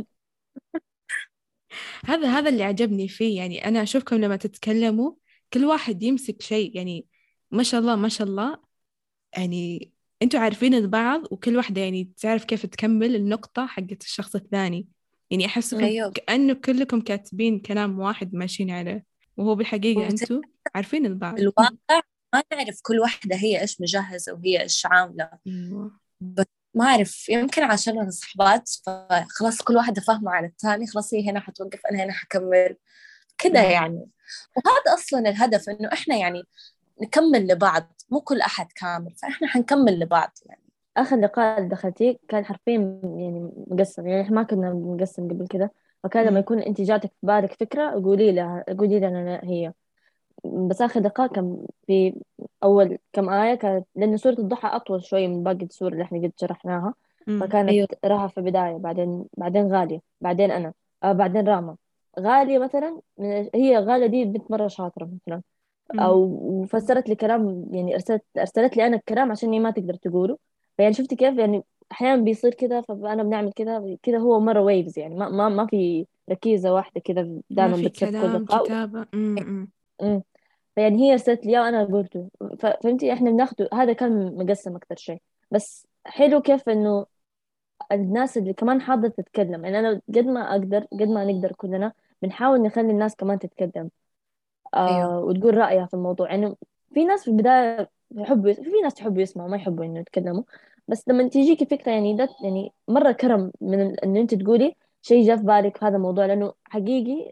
هذا اللي عجبني فيه. يعني أنا أشوفكم لما تتكلموا كل واحد يمسك شيء، يعني ما شاء الله ما شاء الله. يعني أنتوا عارفين البعض، وكل واحدة يعني تعرف كيف تكمل النقطة حقت الشخص الثاني. يعني أحسكم أيوة. كأنه كلكم كاتبين كلام واحد ماشيين عليه، وهو بالحقيقة أنتوا عارفين البعض. بالواقع ما نعرف كل واحدة هي إيش مجهزة وهي إيش عاملة. أيوة. بس ما أعرف، يمكن عشان صحبات فخلاص كل واحدة فاهمة على الثاني، خلاص هي هنا حتوقف، أنا هنا حكمل كده أمم. يعني. وهذا أصلا الهدف، إنه إحنا يعني نكمل لبعض، مو كل أحد كامل، فإحنا حنكمل لبعض يعني. آخر لقاء دخلتيه كان حرفيا يعني مقسم، يعني إحنا ما كنا بنقسم قبل كده. فكان لما أمم. يكون أنت جاتك في بالك فكرة قولي لنا هي. بس آخر لقاء كان في أول كم آية كانت، لأن سورة الضحى أطول شوي من باقي السور اللي إحنا قد شرحناها. فكانت أيوة. رها في البداية، بعدين غالية، بعدين أنا، بعدين راما. غالية مثلا هي غالية دي بنت مرة شاطرة مثلا، مم. أو وفسرت لي كلام، يعني أرسلت لي أنا الكلام عشان هي ما تقدر تقوله. فيعني شفتي كيف يعني أحيانا بيصير كده، فأنا بنعمل كده كده، هو مرة ويفز يعني، ما في ركيزة واحدة كده ما دائما في بتصير في كل كلام لقاء. كتابة. أمم. فيعني هي ارسلت لي إياه وانا قلته. فهمتي احنا بناخده، هذا كان مقسم اكثر شيء. بس حلو كيف انه الناس اللي كمان حاضرة تتكلم، يعني انا قد ما اقدر، قد ما نقدر كلنا بنحاول نخلي الناس كمان تتكلم، أيوة. وتقول رأيها في الموضوع. يعني في ناس في البداية يحبوا، في ناس يحبوا يسمعوا ما يحبوا انه يتكلموا. بس لما تيجيكي فكرة، يعني ده يعني مرة كرم من انه انت تقولي شيء جاء في بالك في هذا الموضوع، لانه حقيقي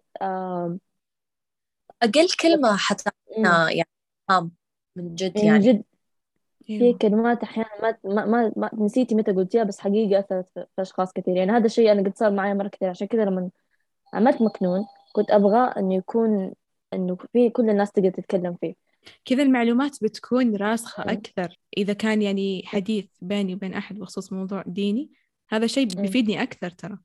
أقل كلمة أمم، حتعطينا يعني هام من جد يعني من يعني. جد في ايوه. كلمات أحيانا ما نسيتي متى قلتيها، بس حقيقة أثرت في أشخاص كثير. يعني هذا الشيء أنا قد صار معي مرة كثير، عشان كذا لما عملت مكنون كنت أبغى إنه يكون، إنه في كل الناس تقدر تتكلم فيه. كذا المعلومات بتكون راسخة م- أكثر إذا كان يعني م- حديث بيني وبين أحد بخصوص موضوع ديني. هذا شيء م- بيفيدني أكثر ترى.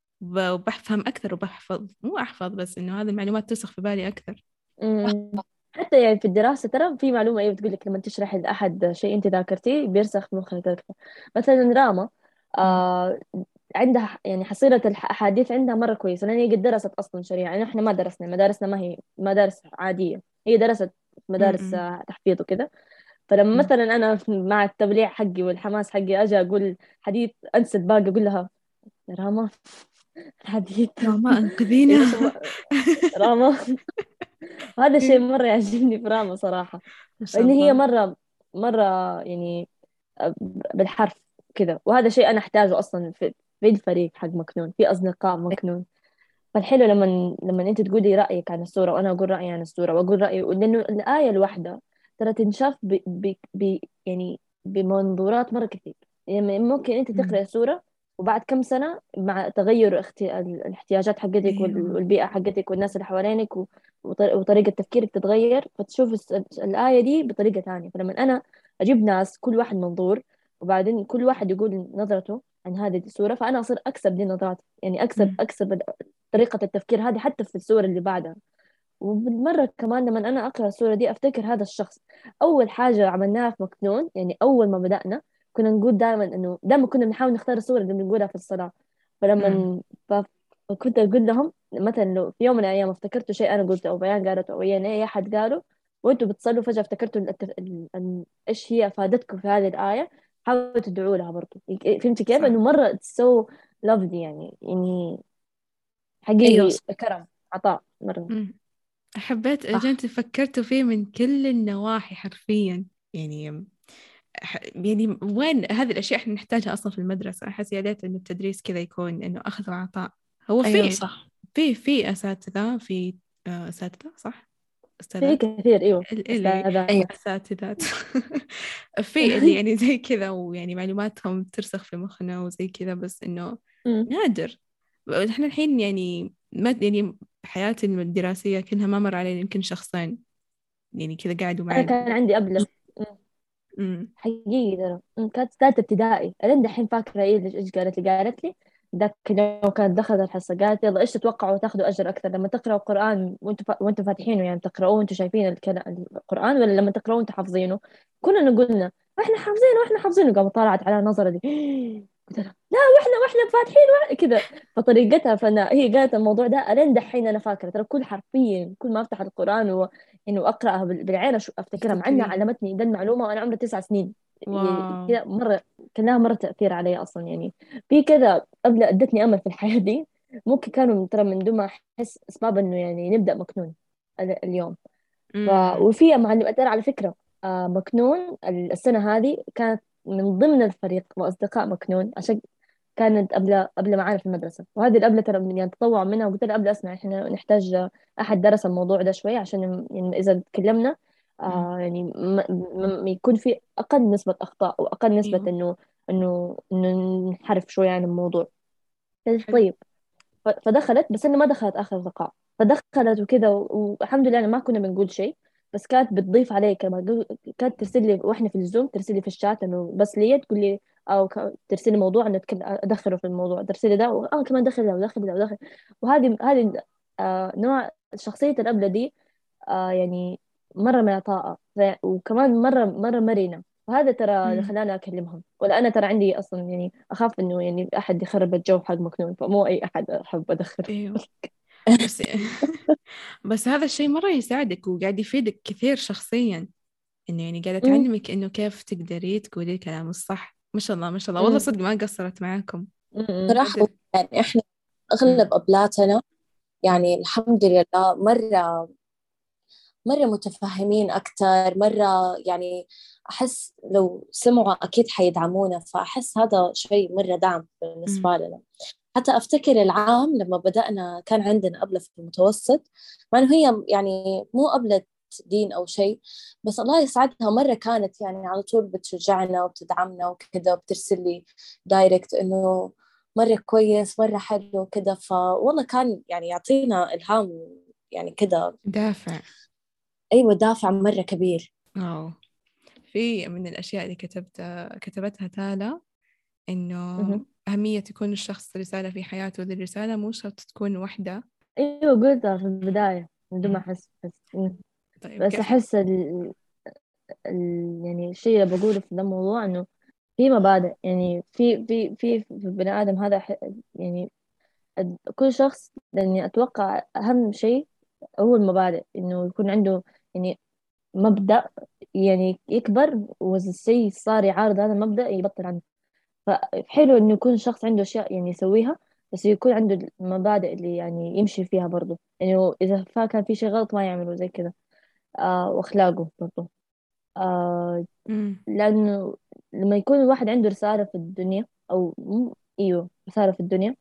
وبفهم أكثر وبحفظ، مو أحفظ بس إنه هذه المعلومات ترسخ في بالي أكثر. م. حتى يعني في الدراسة ترى في معلومة أيوة بتقول لك لما تشرحي لأحد شيء أنت ذاكرتيه بيرسخ في مخك أكثر. مثلا راما مم. آه عندها يعني حصيلة الأحاديث عندها مرة كويسة، لأن هي قد درست أصلا شريعة. يعني إحنا ما درسنا، مدارسنا ما هي مدارس عادية، هي درست مدارس مم. تحفيظ وكذا. فلما مم. مثلا أنا مع التبليع حقي والحماس حقي أجي أقول حديث أنسى الباقي، أقول لها يا راما الحديث راما أنقذينا. ليش راما. وهذا الشيء مرة يعجبني في راما صراحة، ما شاء لأن هي الله. مرة يعني بالحرف كذا. وهذا شيء أنا أحتاجه أصلا في الفريق حق مكنون، في أصدقاء مكنون. فالحلو لما أنت تقولي رأيك عن السورة وأنا أقول رأيي عن السورة وأقول رأيي، لأنه الآية الواحدة ترى تنشاف يعني بمنظورات مرة كثير. يعني ممكن أنت مم. تقرأ سورة وبعد كم سنة مع تغير الاحتياجات حقتك أيوه. والبيئة حقتك والناس اللي حوالينك وطريقة تفكيرك تتغير، فتشوف الآية دي بطريقة ثانية. فلما أنا أجيب ناس كل واحد منظور، وبعدين كل واحد يقول نظرته عن هذه السورة، فأنا أصير أكسب دي النظرات، يعني مم. أكسب طريقة التفكير هذه حتى في السور اللي بعدها. وبالمرة كمان لما أنا أقرأ السورة دي أفتكر هذا الشخص. أول حاجة عملناها في مكنون، يعني أول ما بدأنا كنا نقول دائما إنه دائما كنا بنحاول نختار السورة اللي بنقولها في الصلاة. مم. فلما فكنت أقول لهم مثلا لو في يوم من الأيام افتكرتوا شيء أنا قلته أو بيان قالته أو يعني أي أحد قاله وأنتوا بتصلوا فجأة افتكرتوا إيش هي أفادتكم في هذه الآية، حاولوا تدعوا لها برضو. فهمتي كيف؟ صح. إنه مرة so lovely يعني أيوة حقيقي صح. كرم عطاء مرة. مم. حبيت صح. أنت فكرتوا فيه من كل النواحي حرفيا. يعني يعني وين هذه الأشياء إحنا نحتاجها أصلا في المدرسة. أحس يا ليت إنه التدريس كذا يكون إنه أخذ وعطاء. هو أيوة في صح. في أساتذة، في أساتذة صح، في أستاذات، كثير أيوة اللي أيوة. أستاذات. أساتذات. في اللي يعني زي كذا، ويعني معلوماتهم ترسخ في مخنا وزي كذا، بس إنه أمم. نادر. إحنا الحين يعني ما يعني حياتي الدراسية كلها ما مر علي يمكن شخصين يعني كذا قاعدوا أنا معي. كان عندي أبلة أمم. حقيقي ترى، كانت ثالثة ابتدائي. أنا دحين فاكرة إيش قالت لي ذاك اليوم. كانت دخلت الحصة قالت يلا إيش تتوقعوا تاخذوا أجر أكثر، لما تقرأوا القرآن وأنتوا فاتحينه يعني تقرأوه وأنتوا شايفين القرآن، ولا لما تقرأوه وأنتوا حافظينه؟ كلنا قلنا إحنا حافظينه. قامت طلعت على نظرة دي قلت لها لا، وإحنا فاتحين كذا. فطريقتها هي قالت الموضوع ده ألين دحين أنا فاكرة ترى، حرفيا كل ما أفتح القرآن يعني وأقرأها بالعين أفتكرها، مع إنها تفتكريها. علمتني ده المعلومة وأنا عمري 9 سنين. يعني واو. كذا مرة كان لها مرة تأثير علي أصلا. يعني في كذا قبل أدتني أمل في الحياة دي. ممكن كانوا ترى من دون ما أحس أسباب إنه يعني نبدأ مكنون اليوم. أمم. وفي معلم ترى على فكرة مكنون السنة هذه كانت من ضمن الفريق وأصدقاء مكنون، عشان كانت قبل معانا في المدرسة. وهذه الأبلة ترى يعني تطوع منها. وقلت لها قبل أسمع إحنا نحتاج أحد درس الموضوع ده شوي، عشان يعني إذا تكلمنا أمم. يعني يكون في أقل نسبة أخطاء وأقل نسبة أيوه. إنه نحرف شوي عن الموضوع. قلت حلو. طيب. فدخلت، بس أنا ما دخلت آخر دقائق. فدخلت وكذا والحمد لله أنا ما كنا بنقول شيء، بس كانت بتضيف علي كمان. كانت ترسل لي واحنا في الزوم، ترسل لي في الشات انه بس لي تقول لي أو ترسلي موضوع إنه أدخله في الموضوع، ترسلي ده كمان دخل ده ودخل ده ودخل. وهذه نوع شخصية الأبلة دي يعني مرة معطاءة، وكمان مرة مرنة. وهذا ترى اللي مم. خلاني أكلمهم. ولا أنا ترى عندي أصلا يعني أخاف إنه يعني أحد يخرب الجو حق مكنون، فمو أي أحد أحب أدخل. ايوه بس بس هذا الشيء مرة يساعدك وقاعد يفيدك كثير شخصيا، إنه يعني قاعدة أمم، تعلمك إنه كيف تقدري تقولي الكلام الصح. ما شاء الله ما شاء الله، والله أمم، صدق ما قصرت معاكم. صراحة قدر. يعني إحنا مم. أغلب أبلاتنا يعني الحمد لله مرة متفهمين أكتر، مرة يعني أحس لو سمعوا أكيد حيدعمونا، فأحس هذا شيء مرة دعم مم. بالنسبة لنا. حتى أفتكر العام لما بدأنا كان عندنا أبلة في المتوسط، مع إنه هي يعني مو أبلة دين أو شيء، بس الله يسعدها مرة كانت يعني على طول بتشجعنا وبتدعمنا وكذا، وبترسل لي دايركت إنه مرة كويس مرة حلو كذا، فوالله كان يعني يعطينا إلهام يعني كذا. دافع. أيوة دافع مرة كبير. واو. في من الأشياء اللي كتبتها تالا إنه أمم. أهمية يكون الشخص رسالة في حياته. ذي الرسالة مو شرط تكون واحدة. أيوة قلتها في البداية من دون ما مم. أحس، طيب بس كيف؟ أحس يعني الشيء اللي بقوله في ذا الموضوع إنه في مبادئ. يعني في البني آدم هذا يعني كل شخص، لأني أتوقع أهم شيء هو المبادئ، إنه يكون عنده يعني مبدأ يعني يكبر، وإذا الشيء صار يعارض هذا المبدأ يبطل عنه. فحلو إنه يكون شخص عنده أشياء يعني يسويها، بس يكون عنده المبادئ اللي يعني يمشي فيها برضه. يعني إذا كان في شيء غلط ما يعمله زي كذا. وأخلاقه برضه. آه مم. لأنه لما يكون الواحد عنده رسالة في الدنيا، أو أيوه رسالة في الدنيا،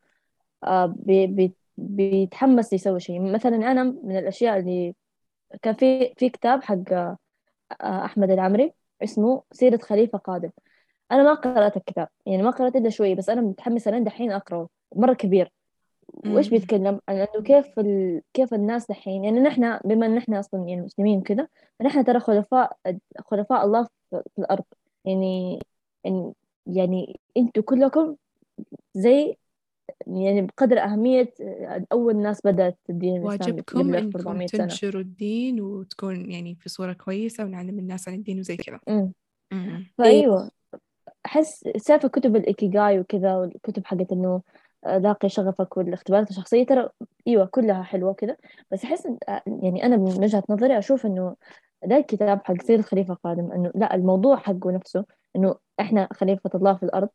بيتحمس يسوي شيء. مثلا أنا من الأشياء اللي كان في كتاب حق أحمد العمري اسمه سيرة خليفة قادم. أنا ما قرأت الكتاب، يعني ما قرأت إلا شوي، بس أنا متحمسة لين دحين أقرأه. مرة كبير. وإيش مم. بيتكلم عن إنه كيف الناس دحين، يعني نحن بما إن نحن أصلا يعني مسلمين وكذا، فنحن ترى خلفاء الله في الأرض. يعني يعني يعني أنتوا كلكم زي، يعني بقدر أهمية أول ناس بدأت الدين الإسلامي واجبكم قبل إنكم 1400 سنة. تنشروا الدين وتكون يعني في صورة كويسة ونعلم الناس عن الدين وزي كذا. أمم. مم. أيوة. فأيوة، أحس سالفة كتب الإيكيغاي وكذا، والكتب حقت إنه لاقي شغفك والاختبارات الشخصية، ترى أيوة كلها حلوة كذا. بس أحس يعني أنا من وجهة نظري أشوف إنه ده الكتاب حق سير الخليفة قادم، إنه لا، الموضوع حقه نفسه إنه إحنا خليفة الله في الأرض،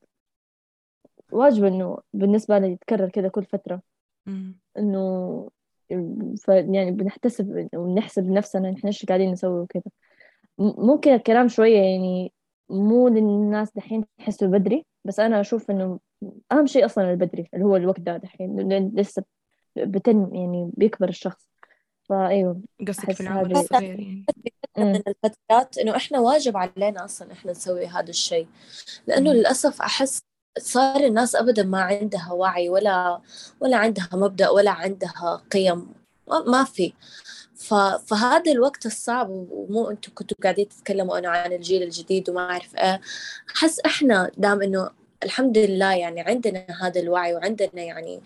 واجب إنه بالنسبة لي يتكرر كذا كل فترة. مم. إنه يعني بنحتسب ونحسب نفسنا إحنا إيش قاعدين نسوي وكذا. ممكن الكلام شوية يعني مو للناس دحين تحسوا بدري، بس أنا أشوف إنه أهم شيء أصلا البدري اللي هو الوقت ده دحين، لأن لسه يعني بيكبر الشخص. فأيوه قصدك في أحس العمر هذه. الصغير يعني. في فترة من أمم. الفترات إنه إحنا واجب علينا أصلا إحنا نسوي هذا الشيء، لأنه مم. للأسف أحس صار الناس أبدا ما عندها وعي ولا عندها مبدأ ولا عندها قيم، ما في. فهذا الوقت الصعب، ومو أنتم كنتوا قاعدين تتكلموا أنا عن الجيل الجديد وما أعرف إيه، أحس إحنا دام إنه الحمد لله يعني عندنا هذا الوعي وعندنا يعني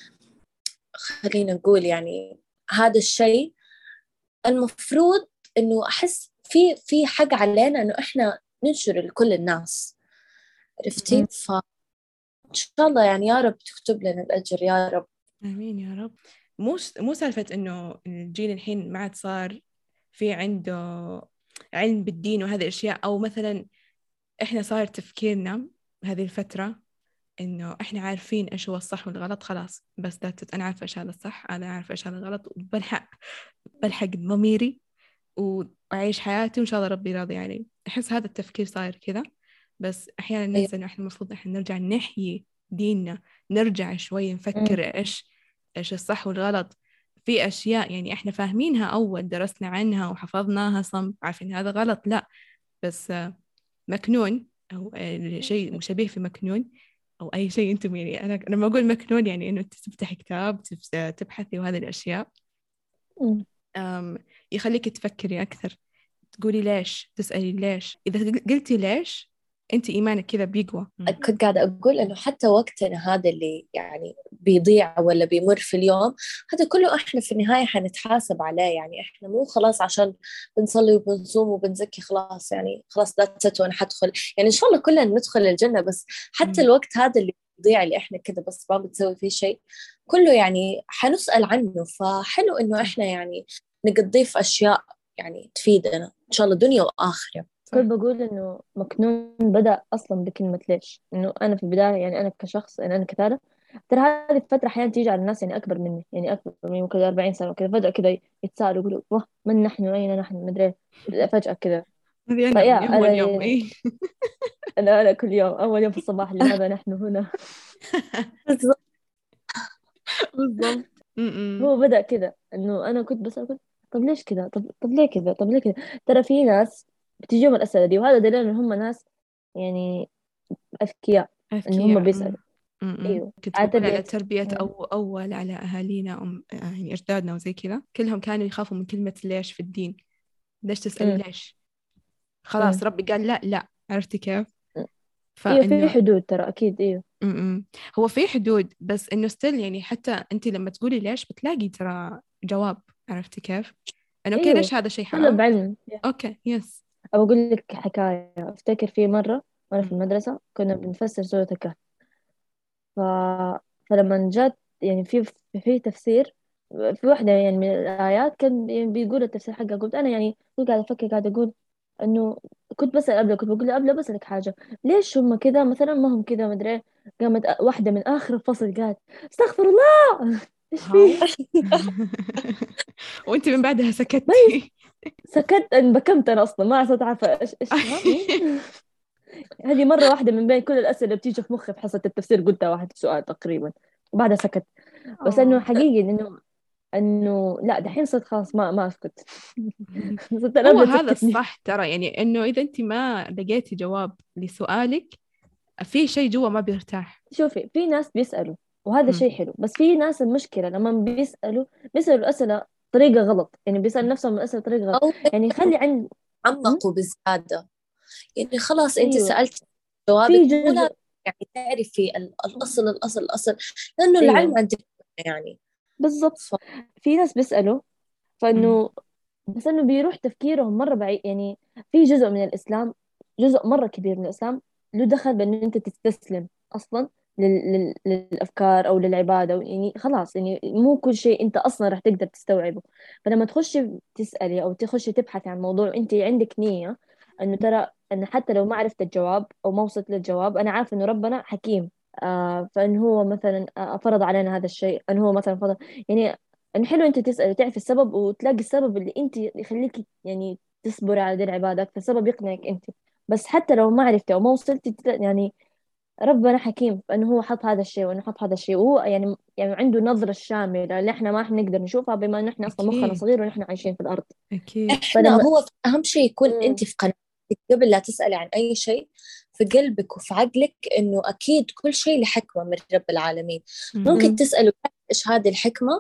خلينا نقول يعني هذا الشيء، المفروض إنه أحس في حق علينا إنه إحنا ننشر لكل الناس، عرفتي؟ أمم. فإن شاء الله يعني يا رب تكتب لنا الأجر يا رب. آمين يا رب. مو سالفة إنه الجيل الحين ما عاد صار في عنده علم بالدين وهذه الأشياء، أو مثلا إحنا صار تفكيرنا هذه الفترة إنه إحنا عارفين إيش هو الصح والغلط، خلاص بس أنا عارفة إيش هذا الصح، أنا عارفة إيش هذا الغلط، بلحق ضميري وأعيش حياتي وإن شاء الله ربي راضي علي. أحس هذا التفكير صاير كذا. بس أحيانا أيوة. ننسى إنه إحنا المفروض إحنا نرجع نحيي ديننا، نرجع شوي أمم. نفكر إيش الصح والغلط. في أشياء يعني إحنا فاهمينها، أول درسنا عنها وحفظناها صم، عارفين هذا غلط لا. بس مكنون أو شيء مشابه في مكنون أو أي شيء أنتم يعني، أنا لما أقول مكنون يعني إنه تفتح كتاب تبحثي وهذه الأشياء. أمم. يخليك تفكري أكثر، تقولي ليش، تسألي ليش. إذا قلتي ليش أنت إيمانك كذا بيقوى. كنت قاعدة أقول إنه حتى وقتنا هذا اللي يعني بيضيع ولا بيمر في اليوم، هذا كله إحنا في النهاية حنتحاسب عليه. يعني إحنا مو خلاص عشان بنصلي وبنصوم وبنزكي خلاص، يعني خلاص that's it وأنا حدخل، يعني إن شاء الله كلنا ندخل الجنة، بس حتى الوقت هذا اللي بيضيع اللي إحنا كده بس ما بنسوي فيه شيء كله يعني حنسأل عنه. فحلو إنه إحنا يعني نقضيه في أشياء يعني تفيدنا إن شاء الله دنيا وآخرة. كنت بقول إنه مكنون بدأ أصلا بكلمة ليش. إنه أنا في البداية يعني أنا كشخص، يعني أنا كتارة، ترى هذه الفترة أحيانا تيجي على الناس يعني أكبر مني، يعني أكبر مني ممكن 40 سنة وكذا، فجأة كذا يتساءلوا يقولوا واه من نحن أين نحن مدري فجأة كذا. هذه أنا فيا من أول أنا يوم. إيه. أنا كل يوم أول يوم في الصباح لماذا نحن هنا. بالضبط. م-م. هو بدأ كذا إنه أنا كنت بسأل كنت طب ليش كذا، طب ليه كذا، طب ليه كذا. ترى في ناس بتجيهم الأسئلة دي، وهذا دليل إن هم ناس يعني أذكياء إن هم أذكياء. بيسألوا. م-م. أيوه كنت على بقول على تربية. تربية أول على أهالينا يعني أجدادنا وزي كذا، كلهم كانوا يخافوا من كلمة ليش في الدين. ليش تسألي أمم. ليش؟ خلاص أمم. ربي قال لا لا، عرفتي كيف؟ ايوه في فإنه حدود ترى اكيد. ايوه م-م. هو في حدود، بس إنه ستيل يعني حتى أنت لما تقولي ليش بتلاقي ترى جواب، عرفتي كيف؟ إنه أوكي ايوه ليش هذا شيء طلب حرام؟ علم. أوكي يس. أو أقول لك حكاية، أفتكر في مرة وأنا في م. المدرسة كنا بنفسر سورة الكهف. ف... فلما جات يعني في تفسير في واحدة يعني من الآيات كان يعني بيقول التفسير حقها، قلت أنا يعني كنت قاعدة أفكر قاعدة أقول إنه كنت بسأل قبل، كنت بقول له قبل بسألك حاجة، ليش هم كذا مثلا ما هم كذا مدري إيه. قامت واحدة من آخر الفصل قالت استغفر الله. إيش هاو. فيه. وأنت من بعدها ما سكتي. سكت، انبكمت أنا أصلا ما صرت عارفة إيش ها مين. هذه مرة واحدة من بين كل الأسئلة اللي بتيجي في مخي في حصة التفسير قلتها واحد سؤال تقريبا وبعدها سكت. بس إنه حقيقي إنه لا دحين صرت خلاص ما أسكت. صرت هو الأبلة هذا تسكتني. الصح ترى، يعني إنه إذا أنت ما لقيتي جواب لسؤالك في شيء جوا ما بيرتاح. شوفي في ناس بيسألوا وهذا م. شيء حلو، بس في ناس المشكلة لما بيسألوا الأسئلة طريقة غلط، يعني بيسأل نفسهم الأسئلة طريقة غلط. أو يعني خلي عند م? عمقوا بزيادة، يعني خلاص أنت أيوه سألت جوابك في مو لازم جزء. يعني تعرفي الأصل، لأنه العلم أيوه عند يعني. بالضبط. ف... في ناس بيسألوا م. فإنه بس إنه بيروح تفكيرهم مرة بعيد. يعني في جزء من الإسلام، جزء مرة كبير من الإسلام له دخل بأنه أنت تستسلم أصلا للأفكار أو للعبادة، يعني خلاص يعني مو كل شيء أنت أصلا راح تقدر تستوعبه. فلما تخشي تسألي أو تخشي تبحثي عن موضوع أنت عندك نية أنه ترى أن حتى لو ما عرفت الجواب أو ما وصلت للجواب أنا عارفة أنه ربنا حكيم. فإن هو مثلا فرض علينا هذا الشيء، أن هو مثلا فرض يعني إن حلو أنت تسأل وتعرف السبب وتلاقي السبب اللي أنت يخليك يعني تصبري على دي العبادات، فالسبب يقنعك أنت. بس حتى لو ما عرفتي أو ما وصلتي يعني ربنا حكيم فإنه هو حط هذا الشيء وإنه حط هذا الشيء، وهو يعني عنده نظرة شاملة اللي إحنا ما نقدر نشوفها بما إنه إحنا أصلا مخنا أكيد صغير ونحن عايشين في الأرض. أكيد. إحنا فلما هو أهم شيء يكون مم. أنت في قناعتك قبل لا تسألي عن أي شيء، في قلبك وفي عقلك إنه أكيد كل شيء لحكمة من رب العالمين. م. ممكن مم. تسألوا إيش هذه الحكمة،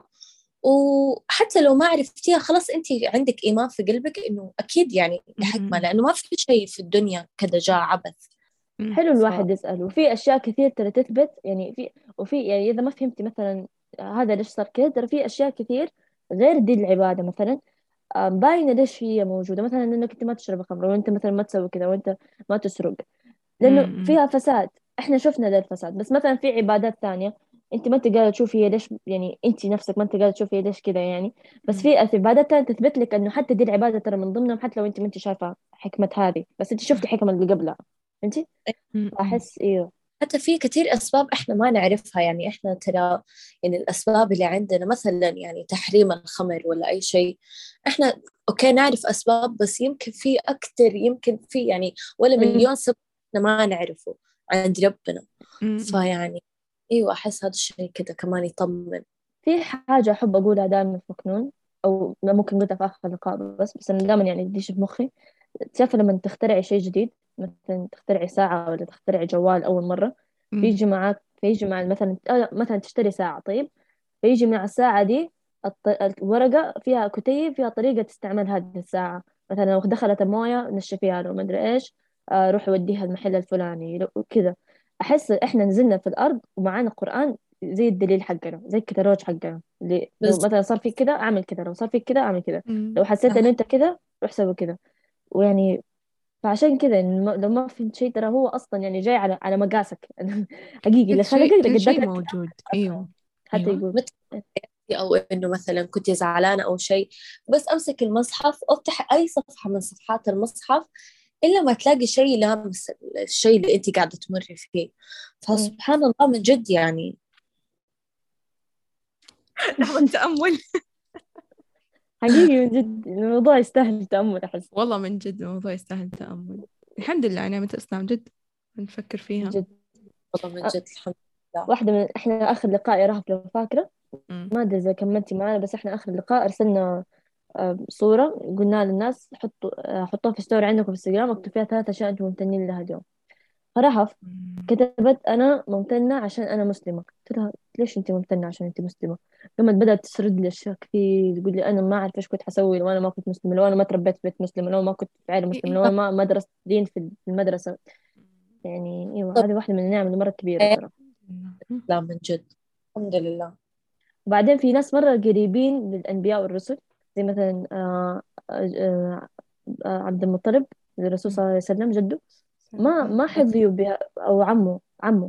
وحتى لو ما عرفتيها خلاص أنت عندك إيمان في قلبك إنه أكيد يعني لحكمة، م. لأنه ما في شيء في الدنيا كذا جاء عبث. م. حلو ف... الواحد يسأل، وفي أشياء كثير ترى تثبت يعني وفي يعني إذا ما فهمتي مثلا هذا ليش صار كذا، ترى في أشياء كثير غير دي العبادة مثلا باينة ليش هي موجودة، مثلا إنك أنت ما تشرب خمر وأنت مثلا ما تسوي كذا وأنت ما تسرق لأنه م. فيها فساد. إحنا شفنا ذا الفساد. بس مثلا في عبادات ثانية أنت ما أنت قاعدة تشوفي هي ليش، يعني أنت نفسك ما أنت قاعدة تشوفي هي ليش كذا يعني. بس م. في عبادات ثانية تثبت لك إنه حتى دي العبادة ترى من ضمنهم، حتى لو أنت ما أنت شايفة حكمة هذه بس أنت شفتي صح. حكمة اللي قبلها. فهمتي؟ م. أحس إيوه. حتى في كثير أسباب إحنا ما نعرفها، يعني إحنا ترى يعني الأسباب اللي عندنا مثلا يعني تحريم الخمر ولا أي شيء، إحنا أوكي نعرف أسباب بس يمكن في أكتر، يمكن في يعني ولا أمم. مليون سبب إحنا ما نعرفه عند ربنا. م. فيعني أيوة أحس هذا الشيء كده كمان يطمن. في حاجة أحب أقولها دائما في مكنون، أو ممكن قلتها في آخر لقاء بس أنا دائما يعني بديش في مخي. تعرف لما تخترعي شيء جديد، مثلا تخترعي ساعة ولا تخترعي جوال أول مرة، م. فيجي مع مثلا مثلا تشتري ساعة طيب، فيجي مع الساعة دي الورقة فيها كتيب فيها طريقة استعمال هذه الساعة. مثلا لو دخلت الموية نشفيها، لو مدري إيش روح وديها المحل الفلاني كذا. أحس إحنا نزلنا في الأرض ومعانا قرآن زي الدليل حقنا، زي الكتالوج حقنا، اللي لو بس مثلا صار فيك كذا أعمل كذا، لو صار فيك كذا أعمل كذا، مم. لو حسيت إن أنت كذا روح سوي كذا. ويعني فعشان كذا لو ما فهمت شيء ترى هو أصلا يعني جاي على مقاسك. حقيقي اللي خلقك كل قدك شيء لك موجود. أيوه. حتى أيوه. يقول. مثل أو إنه مثلا كنت زعلانة أو شيء، بس أمسك المصحف أفتح أي صفحة من صفحات المصحف إلا ما تلاقي شيء لامس الشيء اللي أنت قاعدة تمري فيه. مم. فسبحان الله من جد يعني. لحظة تأمل. حقيقي من جد الموضوع يستاهل تأمل أحس. والله من جد الموضوع يستاهل تأمل. الحمد لله نعمة الإسلام جد نفكر من فيها. جد. والله من جد الحمد لله. واحدة من إحنا آخر لقاء يا رهف لو فاكرة، مم. ما أدري إذا كملتي معنا، بس إحنا آخر لقاء أرسلنا صورة قلنا للناس حطوها في ستوري عندكم في انستغرام، اكتبوا فيها 3 أشياء أنتم ممتنين لها اليوم. فرهف مم. كتبت أنا ممتنة عشان أنا مسلمة. قلت لها ليش أنت ممتنة عشان أنت مسلمة؟ لما بدأت تسرد لي أشياء كثير، تقول لي أنا ما أعرف إيش كنت حسوي لو أنا ما كنت مسلمة، لو أنا ما تربيت في بيت مسلم، لو ما كنت في عائلة إيه مسلمة، إيه. لو أنا ما درست دين في المدرسة. يعني أيوة طب هذه واحدة من النعم اللي مرة كبيرة إيه، ترى. مم. لا من جد الحمد لله. وبعدين في ناس مرة قريبين للأنبياء والرسل، زي مثلا آه، عبد المطلب الرسول صلى الله عليه وسلم جده، ما حظيوا بها، أو عمه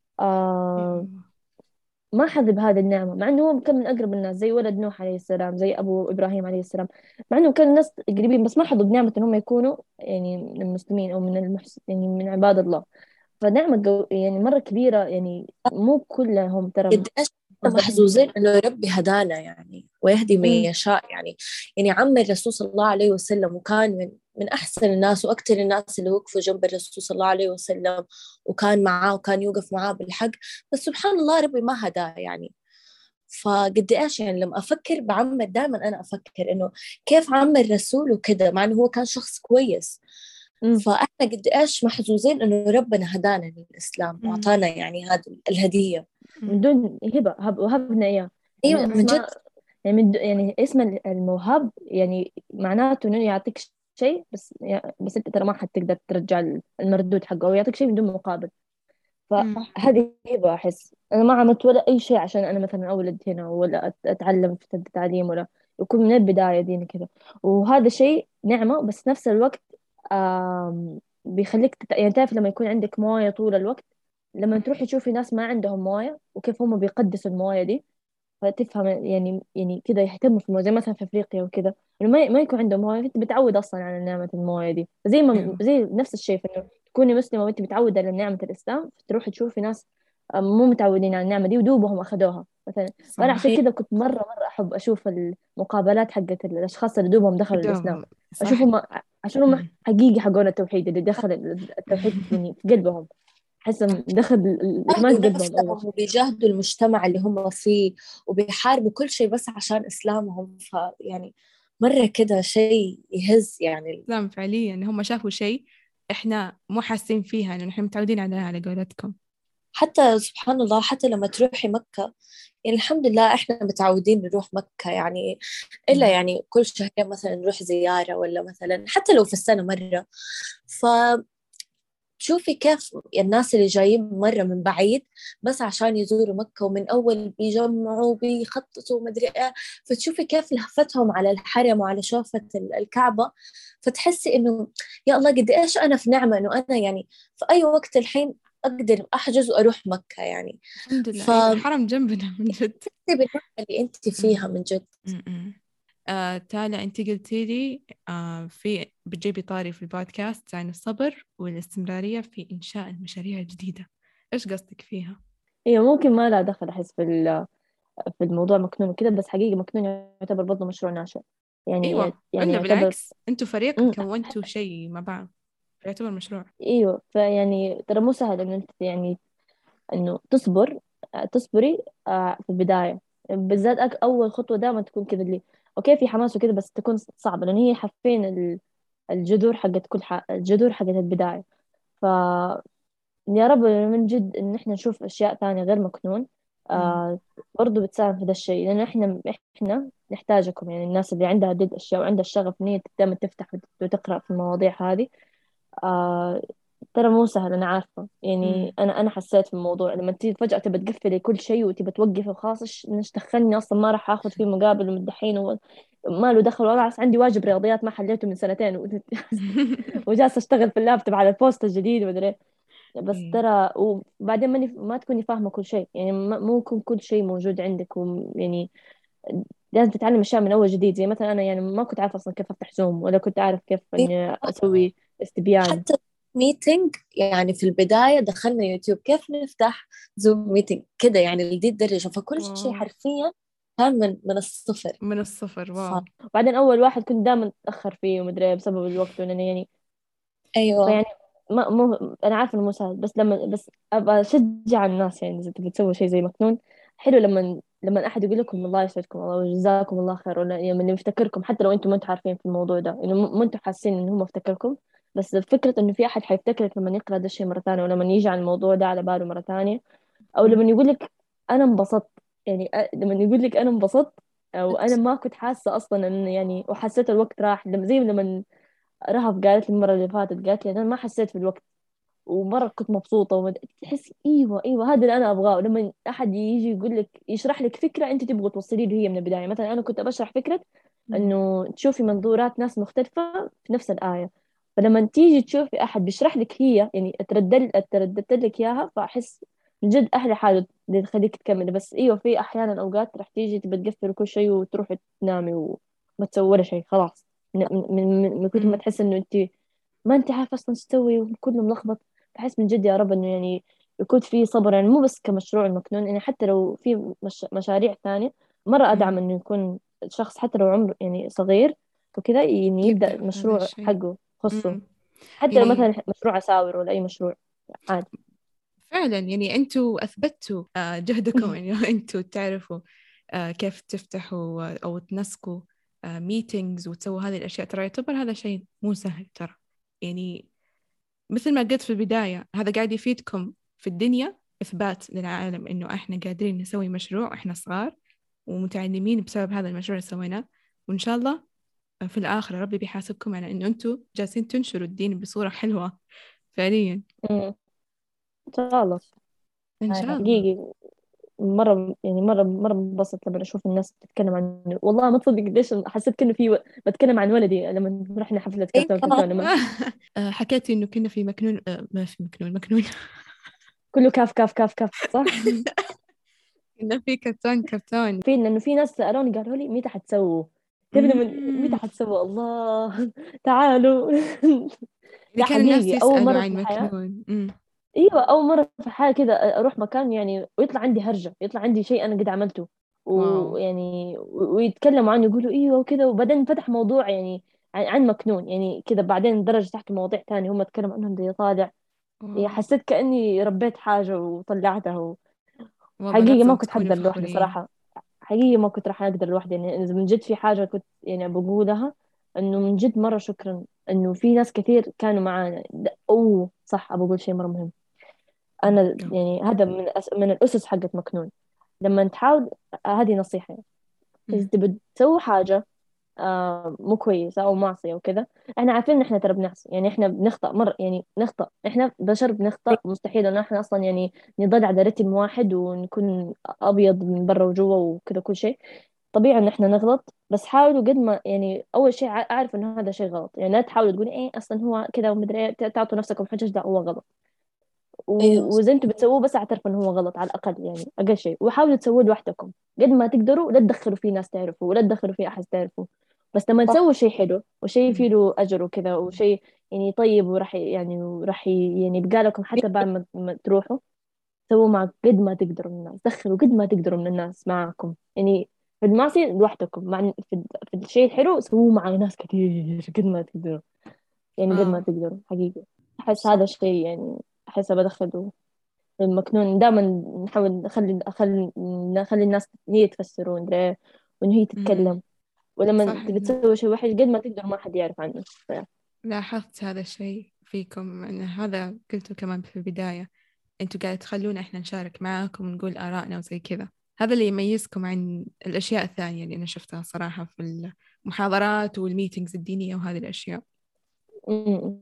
آه أيوه. ما حظي بهذه النعمة، مع إنه هو كان من أقرب الناس، زي ولد نوح عليه السلام، زي أبو إبراهيم عليه السلام، مع إنه كان الناس قريبين، بس ما حظوا بنعمة إنهم يكونوا يعني من المسلمين أو من يعني من عباد الله. فنعمة يعني مرة كبيرة، يعني مو كلهم ترى قد إيش إحنا مستحقين. محظوظين إنه ربي هدانا يعني ويهدي من أمم، يشاء يعني. يعني عم الرسول صلى الله عليه وسلم وكان من أحسن الناس وأكثر الناس اللي وقفوا جنب الرسول صلى الله عليه وسلم، وكان معاه وكان يوقف معاه بالحق. بس سبحان الله ربي ما هداه يعني. فقد إيش يعني لما أفكر بعمر دائما أنا أفكر إنه كيف عم الرسول وكذا، مع إنه هو كان شخص كويس. أمم. فإحنا قد إيش محظوظين إنه ربنا هدانا للإسلام مم. وأعطانا يعني هذه الهدية. من مم. دون هبة، وهبنا إياه. أيوة من من جد. أسماء، يعني يعني اسم الموهب يعني معناته إنه يعطيك شيء، بس أنت ترى ما حتقدر ترجع المردود حقه، أو يعطيك شيء بدون مقابل. مم. فهذه هبة. أحس أنا ما عملت ولا أي شيء عشان أنا مثلا أولد هنا، ولا أتعلم في التعليم، ولا يكون من البداية ديني كذا. وهذا شيء نعمة، بس نفس الوقت بيخليك يعني تعرف لما يكون عندك موية طول الوقت، لما تروحي تشوفي ناس ما عندهم موية وكيف هم بيقدسوا الموية دي، فتفهم يعني كذا يهتموا في المويه، زي مثلا في افريقيا وكذا، انه ما يكون عندهم مويه، انت بتعود اصلا على نعمه المويه دي، زي ما أيوه. زي نفس الشيء في انه تكوني مسلمه وانت متعوده على نعمه الاسلام، فتروحي تشوفي ناس مو متعودين على النعمه دي ودوبهم اخذوها مثلا. فانا عشان صح. هي كذا كنت مره احب اشوف المقابلات حقت الاشخاص اللي دوبهم دخلوا الاسلام، دوبهم. صح. اشوفهم عشان هم مم. حقيقي حقون التوحيد، اللي دخل التوحيد يعني في قلبهم، احسهم دخل الايمان في بيجاهدوا قلبهم اول نفسهم شيء. وبيجاهدوا المجتمع اللي هم فيه وبيحاربوا كل شيء بس عشان إسلامهم. فيعني مرة كده شيء يهز يعني. إسلام فعليا هم شافوا شيء إحنا مو حاسين فيها لأنه إحنا متعودين عليها على قولتكم. حتى سبحان الله حتى لما تروحي مكة، يعني الحمد لله إحنا متعودين نروح مكة يعني، إلا مم. يعني كل شهرين مثلا نروح زيارة، ولا مثلا حتى لو في السنة مرة. شوفي كيف الناس اللي جايين مرة من بعيد بس عشان يزوروا مكة، ومن أول بيجمعوا بيخططوا مدري إيه. فتشوفي كيف لهفتهم على الحرم وعلى شوفة الكعبة. فتحسي إنه يا الله قد إيش أنا في نعمة إنه أنا يعني في أي وقت الحين أقدر أحجز وأروح مكة يعني. الحمد لله. أيوه فتحسي الحرم جنبنا من جد. بالنعمة اللي أنت مم. فيها من جد. مم. تالا أنت قلتي لي في بتجيبي طاري في البودكاست عن الصبر والاستمرارية في إنشاء المشاريع الجديدة. إيش قصدك فيها؟ هي ممكن ما لها دخل أحس في الموضوع مكنون وكده، بس حقيقي مكنون يعتبر برضه مشروع ناشئ، يعني أيوة يعني إلا يعتبر. بالعكس أنتوا فريق أمم، كونتوا شيء مع بعض، يعتبر مشروع. ايوه، فيعني ترى مو سهل انه انت يعني انه تصبري في البدايه، بالذات اول خطوه دائما تكون كذا، اللي اوكي في حماس وكذا، بس تكون صعبه، لان هي حرفين الجذور حقت الجذور حقت البدايه. ف يا رب من جد ان احنا نشوف اشياء ثانيه غير مكنون، مم. آه برضو بتساهم في ذا الشيء، لان احنا نحتاجكم، يعني الناس اللي عندها اشياء وعندها الشغف ان هي دائما تفتح وتقرا في المواضيع هذه. آه ترى مو سهل، أنا عارفة يعني. مم. أنا حسيت في الموضوع لما تيجي فجأة تبى تقفلي كل شيء وتبى توقفي وخلاص، إيش دخلني أصلا، ما راح آخذ فيه مقابل من دحين ما له دخل ولا عس، عندي واجب رياضيات ما حليته من سنتين وجالسة أشتغل في اللابتوب على البوست الجديد ومدري إيه. بس إيه. ترى وبعدين ما تكوني فاهمة كل شيء يعني، مو يكون كل شيء موجود عندك يعني لازم تتعلم أشياء من أول جديد. زي مثلا أنا يعني ما كنت عارفة أصلا كيف أفتح زوم، ولا كنت أعرف كيف إني أسوي استبيان. حتى ميتينج يعني في البداية دخلنا يوتيوب كيف نفتح زوم ميتينج كده يعني لدي الدرجة، فكل شيء واو. حرفيا كان من الصفر. من الصفر، ف... واو. وبعدين أول واحد كنت دائما أتأخر فيه ومدري إيه بسبب الوقت، وإنني يعني أيوة. فيعني ما مو أنا عارفة إنه مو سهل، بس بس أبغى أشجع الناس يعني إذا تبي تسوي شيء زي مكنون. حلو لما أحد يقول لكم الله يسعدكم الله وجزاكم الله خير، ولا يعني من يفتكركم حتى لو أنتم ما أنتم عارفين في الموضوع ده، إنه ما أنتم حاسين إنه هم افتكركم. بس فكرة إنه في أحد حيفتكرك لما يقرأ ده الشيء مرة ثانية، ولما يجي عن الموضوع ده على باله مرة ثانية، او مم. لما يقول لك انا انبسطت. يعني لما يقول لك انا انبسطت، او انا ما كنت حاسه اصلا ان يعني، وحسيت الوقت راح، زي لما رهف قالت لي المره اللي فاتت، قالت لي انا ما حسيت بالوقت ومره كنت مبسوطه تحس ايوه هذا اللي انا ابغاه. لما احد يجي يقول لك يشرح لك فكره انت تبغى توصلي له هي من البدايه. مثلا انا كنت بشرح فكره مم. انه تشوفي منظورات ناس مختلفه في نفس الايه، فلما تيجي تشوفي احد بيشرح لك هي يعني ترددت لك اياها، فاحس من جد احلى حاجه اللي تخليك تكملي. بس ايوه في احيانا اوقات راح تيجي تبى تقفل كل شيء وتروحي تنامي وما تسوي ولا شيء خلاص، من كثر ما مم. تحس انه انت ما انت عارفه اصلا ايش تسوي وكله ملخبط. بحس من جد يا رب انه يعني يكون في صبر، يعني مو بس كمشروع المكنون، يعني حتى لو في مشاريع ثانية مرة مم. أدعم إنه يكون الشخص حتى لو عمره يعني صغير وكذا يعني يبدأ يبدأ في هذا مشروع الشيء. حقه خصه، مم. حتى لو يعني مثلا مشروع أساور ولا أي مشروع عادي. فعلا، يعني أنتوا أثبتوا جهدكم، يعني أنتوا تعرفوا كيف تفتحوا أو تنسقوا ميتينجز وتسووا هذه الأشياء. ترى يعتبر هذا شيء مو سهل ترى. يعني مثل ما قلت في البداية، هذا قاعد يفيدكم في الدنيا، إثبات للعالم إنه إحنا قادرين نسوي مشروع إحنا صغار ومتعلمين بسبب هذا المشروع اللي سويناه. وإن شاء الله في الآخرة ربي بيحاسبكم على إنه أنتوا جالسين تنشروا الدين بصورة حلوة فعليا. أمم، إن شاء الله. إن شاء الله. حقيقي مرة يعني مرة بنبسط لما أشوف الناس بتتكلم عنه. والله ما تصدق قديش حسيت كأنه بتكلم عن ولدي لما رحنا حفلة كرتون أيوة. كرتون لما حكيتي إنه كنا في مكنون، ما في مكنون. كله كاف كاف كاف كاف صح. كنا في كرتون. في لانه في ناس سالوني قالوا لي متى حتسووا، تبني متى مم. حتسووا الله تعالوا. اللي لا كان الناس حقيقي اول يسألوا مره في عن الحياه، مكنون. ايوه اول مره في الحياه كذا اروح مكان يعني ويطلع عندي هرجه، يطلع عندي شيء انا قد عملته واو. ويعني ويتكلموا عنه يقولوا ايوه وكذا. وبعدين فتح موضوع يعني عن مكنون يعني كذا، بعدين درج تحكي مواضيع تانية هم تكلموا عنهم زي طالع. يعني واو. حسيت كاني ربيت حاجه وطلعتها. والله حقيقي ما لازم كنت تكونوا حقدر لوحدي فخورين. صراحه. حقيقي ما كنت راح أقدر لوحدي يعني. إذا من جد في حاجة كنت يعني بقولها، إنه من جد مرة شكرا إنه في ناس كثير كانوا معانا. أوه صح، أبغى أقول شيء مرة مهم. أنا جو. يعني هذا من الأسس حقت مكنون. لما تحاول، هذه نصيحة يعني، إذا مم. تبي تسوي حاجة مو كويسة أو معصية وكذا، إحنا عارفين إن إحنا ترى بنعصي يعني، إحنا بنخطأ مرة يعني، نخطأ إحنا بشر بنخطأ. مستحيل إن إحنا أصلا يعني نضل على رتم واحد ونكون أبيض من برا وجوا وكذا كل شيء. طبيعي ان احنا نغلط، بس حاولوا قد ما يعني اول شيء اعرف انه هذا شيء غلط. يعني لا تحاولوا تقولوا ايه اصلا هو كذا ومدري ايه، تعطوا نفسكم حجج، لا هو غلط. أيوة. واذا انتم بتسووه بس اعترفوا انه هو غلط على الاقل يعني اقل شيء، وحاولوا تسووه لوحدكم قد ما تقدروا. لا تدخلوا فيه ناس تعرفوا ولا تدخلوا فيه احد تعرفوا. بس لما صح. تسووا شيء حلو وشيء مم. فيه له اجر وكذا وشيء يعني طيب وراح يعني يعني يبقى لكم حتى بعد ما تروحوا، سووا مع قد ما تقدروا من الناس، دخلوا قد ما تقدروا من الناس معكم يعني. في المعصية لوحدكم، في الشيء الحلو سووه مع ناس كثير قد ما تقدروا، يعني قد واو. ما تقدروا حقيقي. أحس صح. هذا الشيء يعني أحس بدخله المكنون دائما. نحاول نخلي الناس هي تفسر ومدري إيه، وإن هي مم. تتكلم. ولما صح. تبي تسوي شيء وحش قد ما تقدر ما حد يعرف عنه لاحظت هذا الشيء فيكم، أن هذا قلته كمان في البداية. أنتوا قاعد تخلونا إحنا نشارك معاكم ونقول آرائنا وزي كذا. هذا اللي يميزكم عن الأشياء الثانية اللي أنا شفتها صراحة في المحاضرات والميتينجز الدينية وهذه الأشياء. م- م.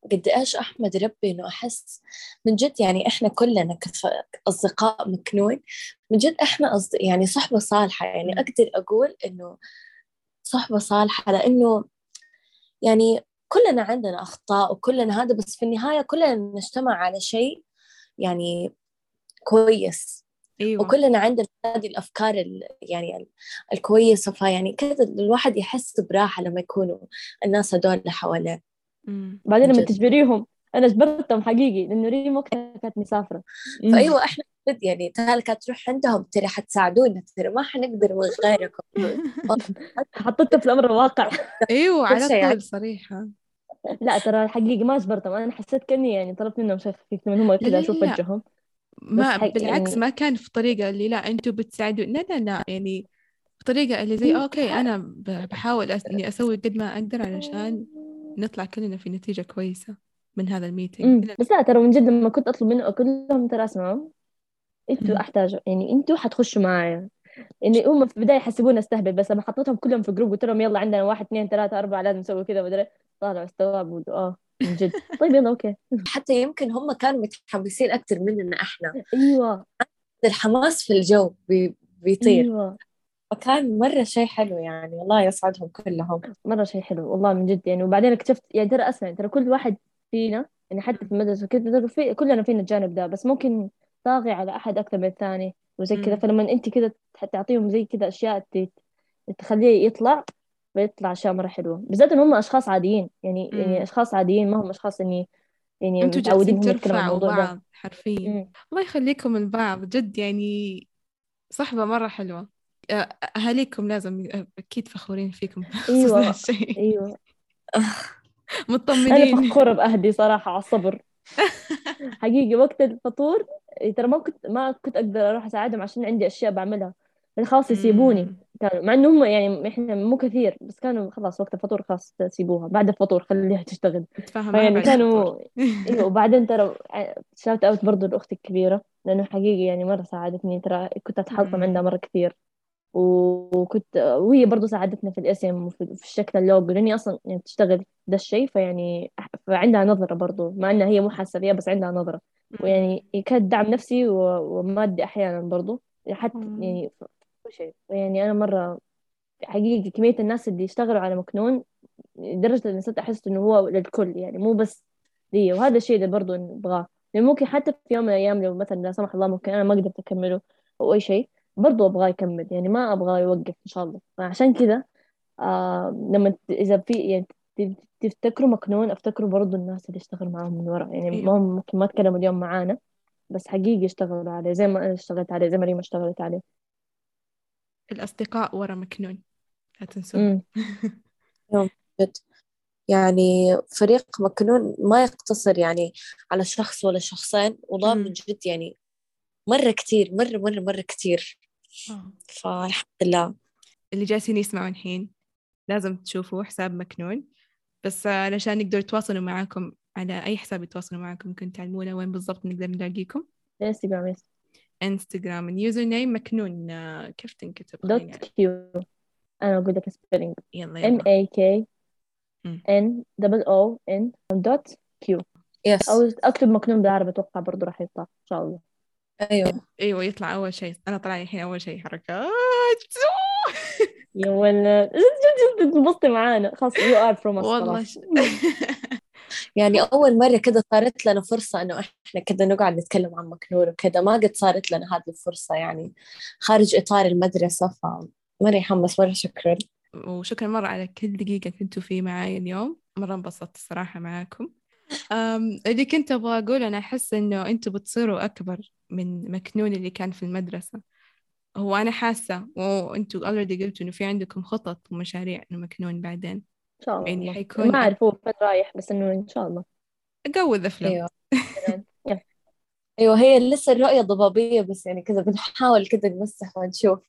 قد إيش أحمد ربي إنه أحس من جد يعني إحنا كلنا كأصدقاء مكنون، من جد إحنا يعني صحبة صالحة، يعني أقدر أقول إنه صحبة صالحة، لأنه يعني كلنا عندنا أخطاء وكلنا هذا، بس في النهاية كلنا نجتمع على شيء يعني كويس. أيوة. وكلنا عندنا هذه الأفكار يعني الكويسة، فيعني كذا الواحد يحس براحة لما يكونوا الناس هدول حواليه. بعدين لما جد. تجبريهم، أنا جبرتهم حقيقي لأنه ريم وقتها كانت مسافرة. فأيوة إحنا جد يعني تعال كانت تروح عندهم، ترى حتساعدونا، ترى ما حنقدر من غيركم. حطيتها في الأمر الواقع. أيوة كل على شيء طول صريحة. لا ترى حقيقي ما جبرتهم، أنا حسيت كأني يعني طلبت منهم شيء خفيف لما هم لا كذا لا أشوف لا، وجههم. بس ما بالعكس، يعني ما كان في طريقة اللي لا أنتوا بتساعدوا، لا لا لا، يعني بطريقة اللي زي أوكي أنا بحاول إني أسوي قد ما أقدر علشان نطلع كلنا في نتيجة كويسة من هذا الميتينج. بس لا ترى من جد لما كنت أطلب منه أقول لهم ترى اسمعوا، انتوا احتاجوا يعني انتوا حتخشوا معايا. يعني هم في البدايه يحسبونا استهبل، بس لما حطيتهم كلهم في جروب قلت لهم يلا عندنا 1 2 3 4 لازم نسوي كذا بدري، طالعوا استوعبوا من جد طيب يلا اوكي. حتى يمكن هم كانوا متحمسين أكثر مننا إحنا، ايوه الحماس في الجو بيطير. ايوه فكان مرة شيء حلو يعني، الله يسعدهم كلهم. مره شيء حلو والله من جد يعني. وبعدين اكتشفت يعني ترى اصلا يعني ترى كل واحد فينا يعني حتى في المدرسه كذا ترى في كلنا فينا الجانب ده، بس ممكن طاغي على احد اكثر من الثاني وزي كذا. مم. فلما انت كذا تعطيهم زي كذا اشياء تخليه يطلع، بيطلع أشياء مرة حلوة، بالذات إن هم أشخاص عاديين يعني مم. أشخاص عاديين، ما هم أشخاص إني يعني أنتوا متعودين جالسين هم يتكلموا عن ترفعوا الموضوع ده. بعض حرفيا. أمم. الله يخليكم البعض جد يعني، صحبة مرة حلوة. أهاليكم لازم أكيد فخورين فيكم بخصوص ذا أيوة الشيء. أيوة. أنا مطمنين. فخورة بأهلي صراحة على الصبر. حقيقي وقت الفطور ترى ما كنت أقدر أروح أساعدهم عشان عندي أشياء بعملها، خلاص يسيبوني. مم. كانوا مع إنه هم يعني إحنا مو كثير، بس كانوا خلاص وقت الفطور خلاص سيبوها، بعد الفطور خليها تشتغل. نتفاهم معها فيعني بعد الفطور. كانوا ايوه. وبعدين ترى شاوت اوت برضو لاختي الكبيره، لانه حقيقي يعني مره ساعدتني، ترى كنت اتحطم عندها مم. مره كثير. وهي برضو ساعدتني في الاسم وفي الشكل اللوجو، لاني اصلا يعني بتشتغل ده الشيء، فيعني فعندها نظره برضو مع انها هي مو حاسه فيها، بس عندها نظره. ويعني كانت دعم نفسي ومادي احيانا برضو، حتى مم. يعني كل شيء. يعني انا مره حقيقي كميه الناس اللي يشتغلوا على مكنون لدرجة إني صرت أحس إنه هو للكل يعني مو بس لي. وهذا الشيء اللي برضو نبغاه، يعني ممكن حتى في يوم من الأيام لو مثلا لا سمح الله ممكن أنا ما قدرت أكمله أو أي شيء، برضو أبغاه يكمل، يعني ما أبغاه يوقف إن شاء الله. فعشان كذا لما إذا في يعني تفتكروا مكنون افتكروا برضو الناس اللي اشتغلوا معاهم من ورا، يعني ما أيوة، هم ممكن ما تكلموا اليوم معانا، بس حقيقي اشتغلوا عليه زي ما أنا اشتغلت عليه، زي ما ريما اشتغلت عليه. الأصدقاء ورا مكنون لا تنسوهم. امم. يوم جد يعني فريق مكنون ما يقتصر يعني على شخص ولا شخصين، والله من مم. جد يعني مرة كتير، مرة كتير. آه. فالحمد لله. اللي جالسين يسمعوا الحين لازم تشوفوا حساب مكنون، بس علشان يقدروا يتواصلوا معاكم على أي حساب يتواصلوا معاكم ممكن تعلمونا وين بالضبط نقدر نلاقيكم. انستغرام انستغرام اليوزر نيم مكنون، كيف تنكتب خليني دوت أعرف. كيو. أنا أقول لك سبيلينج يلا M يلا. A K مم. N double O N دوت كيو، يس. أو أكتب مكنون بالعربي أتوقع برضو راح يطلع إن شاء الله. أيوه. أيوة يطلع أول شيء، أنا طلع لي الحين أول شيء حركات. يا ولد تنبسطي معانا خلاص you are from us والله خلاص. يعني أول مرة كده صارت لنا فرصة إنه إحنا كده نقعد نتكلم عن مكنون وكده، ما قد صارت لنا هذه الفرصة يعني خارج إطار المدرسة، فمرة يحمس، مرة شكرا. وشكرا مرة على كل دقيقة كنتوا فيه معاي اليوم، مرة انبسطت الصراحة معاكم. اللي كنت أبغى أقول أنا أحس إنه أنتوا بتصيروا أكبر من مكنون اللي كان في المدرسة. هو أنا حاسة وأنتوا already قلتوا إنه في عندكم خطط ومشاريع إنه مكنون بعدين إن شاء يعني الله حيكون ما أعرف هو فين رايح، بس إنه إن شاء الله. go with the flow. أيوه. يلا. أيوه هي لسه الرؤية ضبابية، بس يعني كذا بنحاول كذا نمسح ونشوف.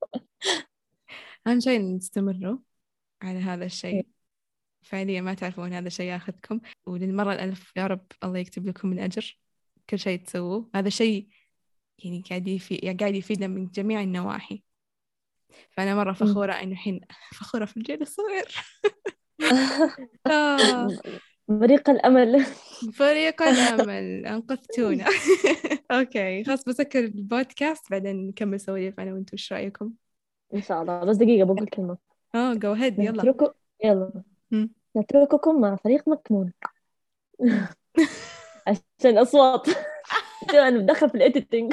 أهم شيء نستمروا على هذا أيوه. الشيء، فعليا ما تعرفون هذا الشيء ياخذكم، وللمرة الألف يا رب الله يكتب لكم الأجر كل شيء تسووه. هذا شيء يعني قاعد يفيدنا من جميع النواحي. فأنا مرة فخورة إنه الحين فخورة في الجيل الصغير. آه بريق الأمل. فريق الأمل أنقذتونا. أوكي خلاص بسكر البودكاست بعدين نكمل سواليف أنا وأنتوا، إيش رأيكم؟ إن شاء الله. بس دقيقة بقول كلمة. جو هيد يلا. يلا مم. نترككم مع فريق مكنون. عشان أصوات. أنا بدخل في الإديتينج.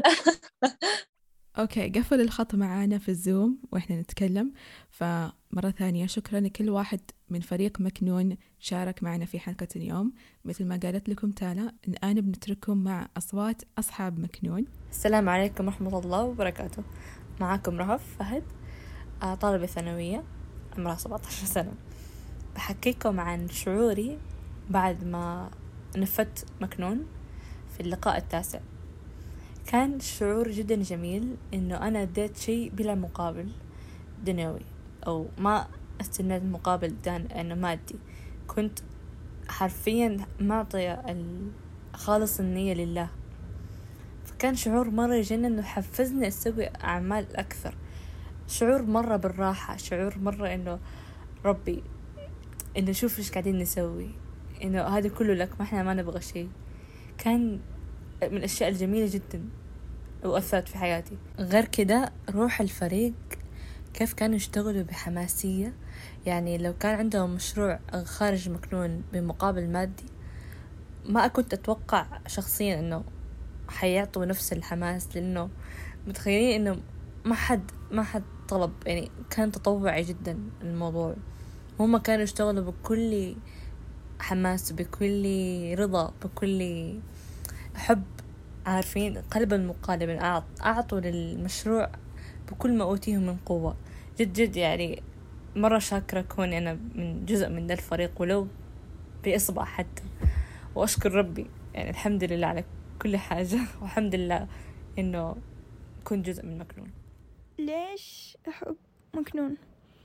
أوكي قفل الخط معانا في الزوم وإحنا نتكلم. فمرة ثانية شكرا لكل واحد من فريق مكنون شارك معنا في حلقة اليوم. مثل ما قالت لكم تالا، الآن بنترككم مع أصوات أصحاب مكنون. السلام عليكم ورحمة الله وبركاته. معاكم رهف فهد، طالبة ثانوية عمرها 17 سنة. بحكيكم عن شعوري بعد ما نفت مكنون في اللقاء التاسع. كان شعور جدا جميل إنه أنا اديت شيء بلا مقابل دنيوي، أو ما استنيت مقابل إنه مادي. كنت حرفيا معطية خالص النية لله. فكان شعور مرة يجنن وحفزني أسوي أعمال أكثر. شعور مرة بالراحة، شعور مرة إنه ربي، إنه شوف إيش قاعدين نسوي، إنه هذا كله لك، ما إحنا ما نبغى شيء. كان من الأشياء الجميلة جدا وأثرت في حياتي. غير كده روح الفريق كيف كانوا يشتغلوا بحماسية. يعني لو كان عندهم مشروع خارج مكنون بمقابل مادي، ما كنت أتوقع شخصيا إنه حيعطوا نفس الحماس، لأنه متخيلين إنه ما حد طلب. يعني كان تطوعي جدا الموضوع. هم كانوا يشتغلوا بكل حماس، بكل رضا، بكل حب. عارفين قلبا مقالبا أعطوا للمشروع بكل ما أوتيه من قوة. جد جد يعني مرة شاكرة كوني أنا من جزء من ذا الفريق ولو بإصبع حتى. وأشكر ربي يعني الحمد لله على كل حاجة، والحمد لله إنه كنت جزء من مكنون. ليش أحب مكنون؟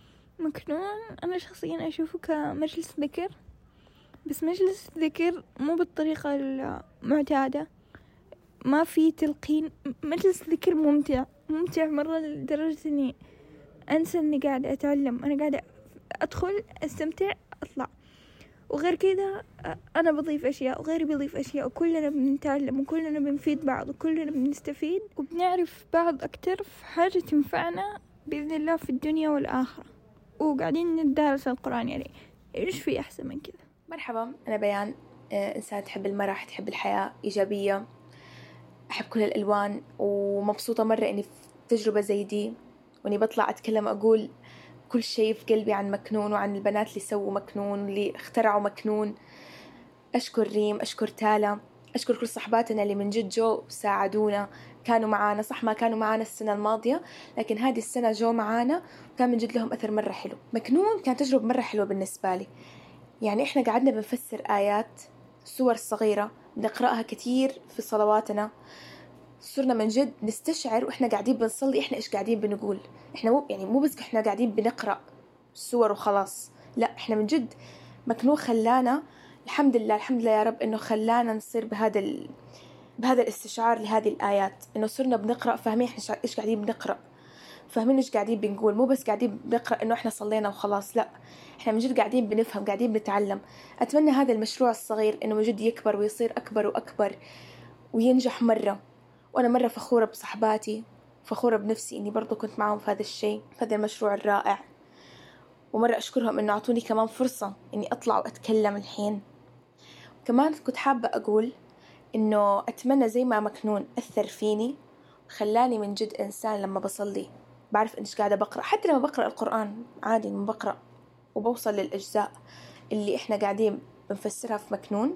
أنا شخصيا أشوفه كمجلس ذكر، بس مجلس ذكر مو بالطريقة المعتادة، ما في تلقين. مجلس ذكر ممتع مرة لدرجة إني أنسى إني قاعدة أتعلم. أنا قاعدة أدخل أستمتع أطلع. وغير كده أنا بضيف أشياء وغيري بيضيف أشياء، وكلنا بنتعلم وكلنا بنفيد بعض وكلنا بنستفيد وبنعرف بعض أكتر في حاجة تنفعنا بإذن الله في الدنيا والآخرة. وقاعدين ندرس القرآن، يعني إيش في أحسن من كذا؟ مرحبا، أنا بيان، إنسان تحب المرح، تحب الحياة، إيجابية، أحب كل الألوان، ومبسوطة مرة إني في تجربة زي دي، وإني بطلع أتكلم أقول كل شيء في قلبي عن مكنون وعن البنات اللي سووا مكنون واللي اخترعوا مكنون. أشكر ريم، أشكر تالا، أشكر كل صحباتنا اللي من جد جو ساعدونا، كانوا معانا. صح ما كانوا معانا السنة الماضية، لكن هذه السنة جو معانا وكان من جد لهم أثر مرة حلو. مكنون كانت تجربة مرة حلوة بالنسبة لي. يعني إحنا قعدنا بنفسر آيات، سور صغيرة بنقرأها كتير في صلواتنا. صرنا من جد نستشعر وإحنا قاعدين بنصلي إحنا إيش قاعدين بنقول. إحنا مو بس إحنا قاعدين بنقرأ سور وخلاص، لا، إحنا من جد مكنون خلانا، الحمد لله يا رب، إنه خلانا نصير بهذا الاستشعار لهذه الآيات، إنه صرنا بنقرأ فاهمين إحنا إيش قاعدين بنقرأ، فاهمين إيش قاعدين بنقول. مو بس قاعدين بنقرأ إنه إحنا صلينا وخلاص، لا، إحنا من جد قاعدين بنفهم، قاعدين بنتعلم. أتمنى هذا المشروع الصغير إنه من جد يكبر ويصير أكبر وأكبر وينجح مرة. وأنا مرة فخورة بصحباتي، فخورة بنفسي إني برضو كنت معهم في هذا الشيء، في هذا المشروع الرائع. ومرة أشكرهم إنه أعطوني كمان فرصة إني أطلع وأتكلم الحين. كمان كنت حابة أقول إنه أتمنى زي ما مكنون أثر فيني خلاني من جد إنسان لما بصلي بعرف إنش قاعدة بقرأ. حتى لما بقرأ القرآن عادي لما بقرأ وبوصل للأجزاء اللي إحنا قاعدين بنفسرها في مكنون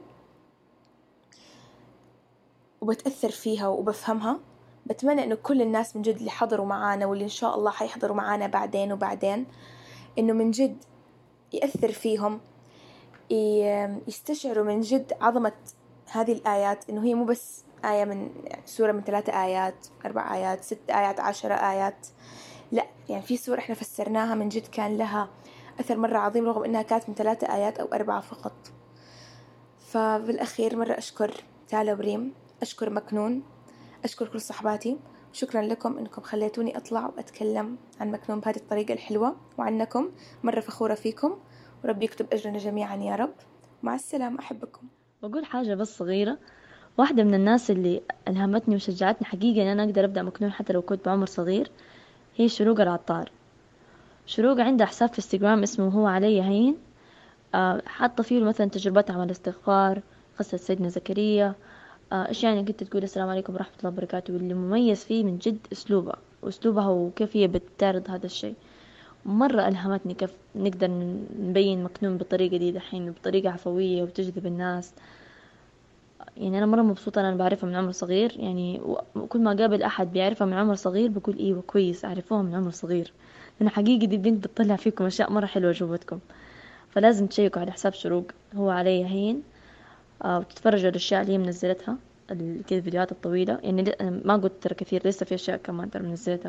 وبتأثر فيها وبفهمها. بتمنى إنه كل الناس من جد اللي حضروا معانا واللي إن شاء الله حيحضروا معانا بعدين إنه من جد يأثر فيهم، يستشعروا من جد عظمة هذه الآيات، إنه هي مو بس آية من سورة من 3 آيات 4 آيات 6 آيات 10 آيات، لا، يعني في سورة إحنا فسرناها من جد كان لها أثر مرة عظيم رغم إنها كانت من 3 آيات أو 4 فقط. فبالأخير مرة أشكر تالا وريم، أشكر مكنون، أشكر كل صحباتي. شكرا لكم إنكم خليتوني أطلع وأتكلم عن مكنون بهذه الطريقة الحلوة، وعنكم مرة فخورة فيكم، وربي يكتب أجرنا جميعا يا رب. مع السلامة، أحبكم. بقول حاجة بس صغيرة. واحدة من الناس اللي ألهمتني وشجعتني حقيقة إن أنا أقدر أبدأ مكنون حتى لو كنت بعمر صغير هي شروق العطار. شروق عندها حساب في انستغرام اسمه هو علي هين، حاطة فيه مثلا تجربتها مع الاستغفار، قصة سيدنا زكريا، إيش يعني كنت تقول السلام عليكم ورحمة الله وبركاته. واللي مميز فيه من جد أسلوبها وكيف هي بتعرض هذا الشيء. مرة ألهمتني كيف نقدر نبين مكنون بطريقة دي دحين، بطريقة عفوية وتجذب الناس. يعني أنا مرة مبسوطة أنا بعرفها من عمر صغير، يعني وكل ما قابل أحد بيعرفها من عمر صغير بقول إيوه كويس عرفوها من عمر صغير، لأن حقيقي دي بنت بتطلع فيكم أشياء مرة حلوة جوتكم. فلازم تشيكوا على حساب شروق هو علي هين، وتتفرجوا الأشياء اللي هي منزلتها كذا الفيديوهات الطويلة. يعني ما قلت ترى كثير، لسه في أشياء كمان ترى منزلتها.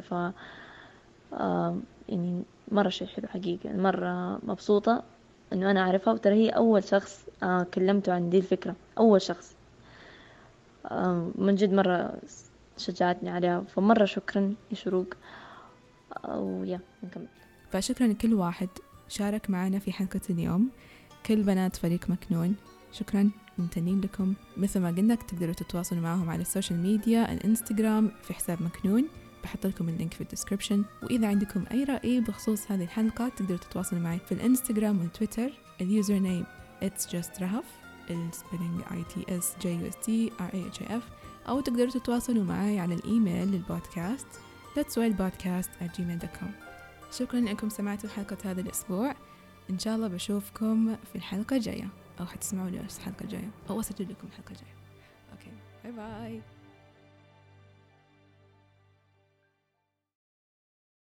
يعني مرة شيء حلو حقيقة. مرة مبسوطة إنه أنا أعرفها، وترى هي أول شخص كلمته عن دي الفكرة، أول شخص. من جد مرة شجعتني عليها، فمرة شكرا يا شروق. ويا نكمل. فشكرا لكل واحد شارك معنا في حلقة اليوم، كل بنات فريق مكنون شكرا، ممتنين لكم. مثل ما قلنا تقدروا تتواصلوا معهم على السوشيال ميديا، الانستغرام في حساب مكنون، بحط لكم اللينك في الديسكريبشن. وإذا عندكم أي رأي بخصوص هذه الحلقة تقدروا تتواصلوا معي في الانستغرام والتويتر. اليوزر نيم It's Just Rahaf، السبيلينج ITSJUSTRAHAF، أو تقدروا تتواصلوا معي على الإيميل للبودكاست let'swellpodcast@gmail.com. شكرا لأنكم سمعتوا حلقة هذا الأسبوع. إن شاء الله بشوفكم في الحلقة الجاية، أو حتسمعوا لي الحلقة الجاية، أو أسجل لكم الحلقة الجاية. أوكي، باي باي.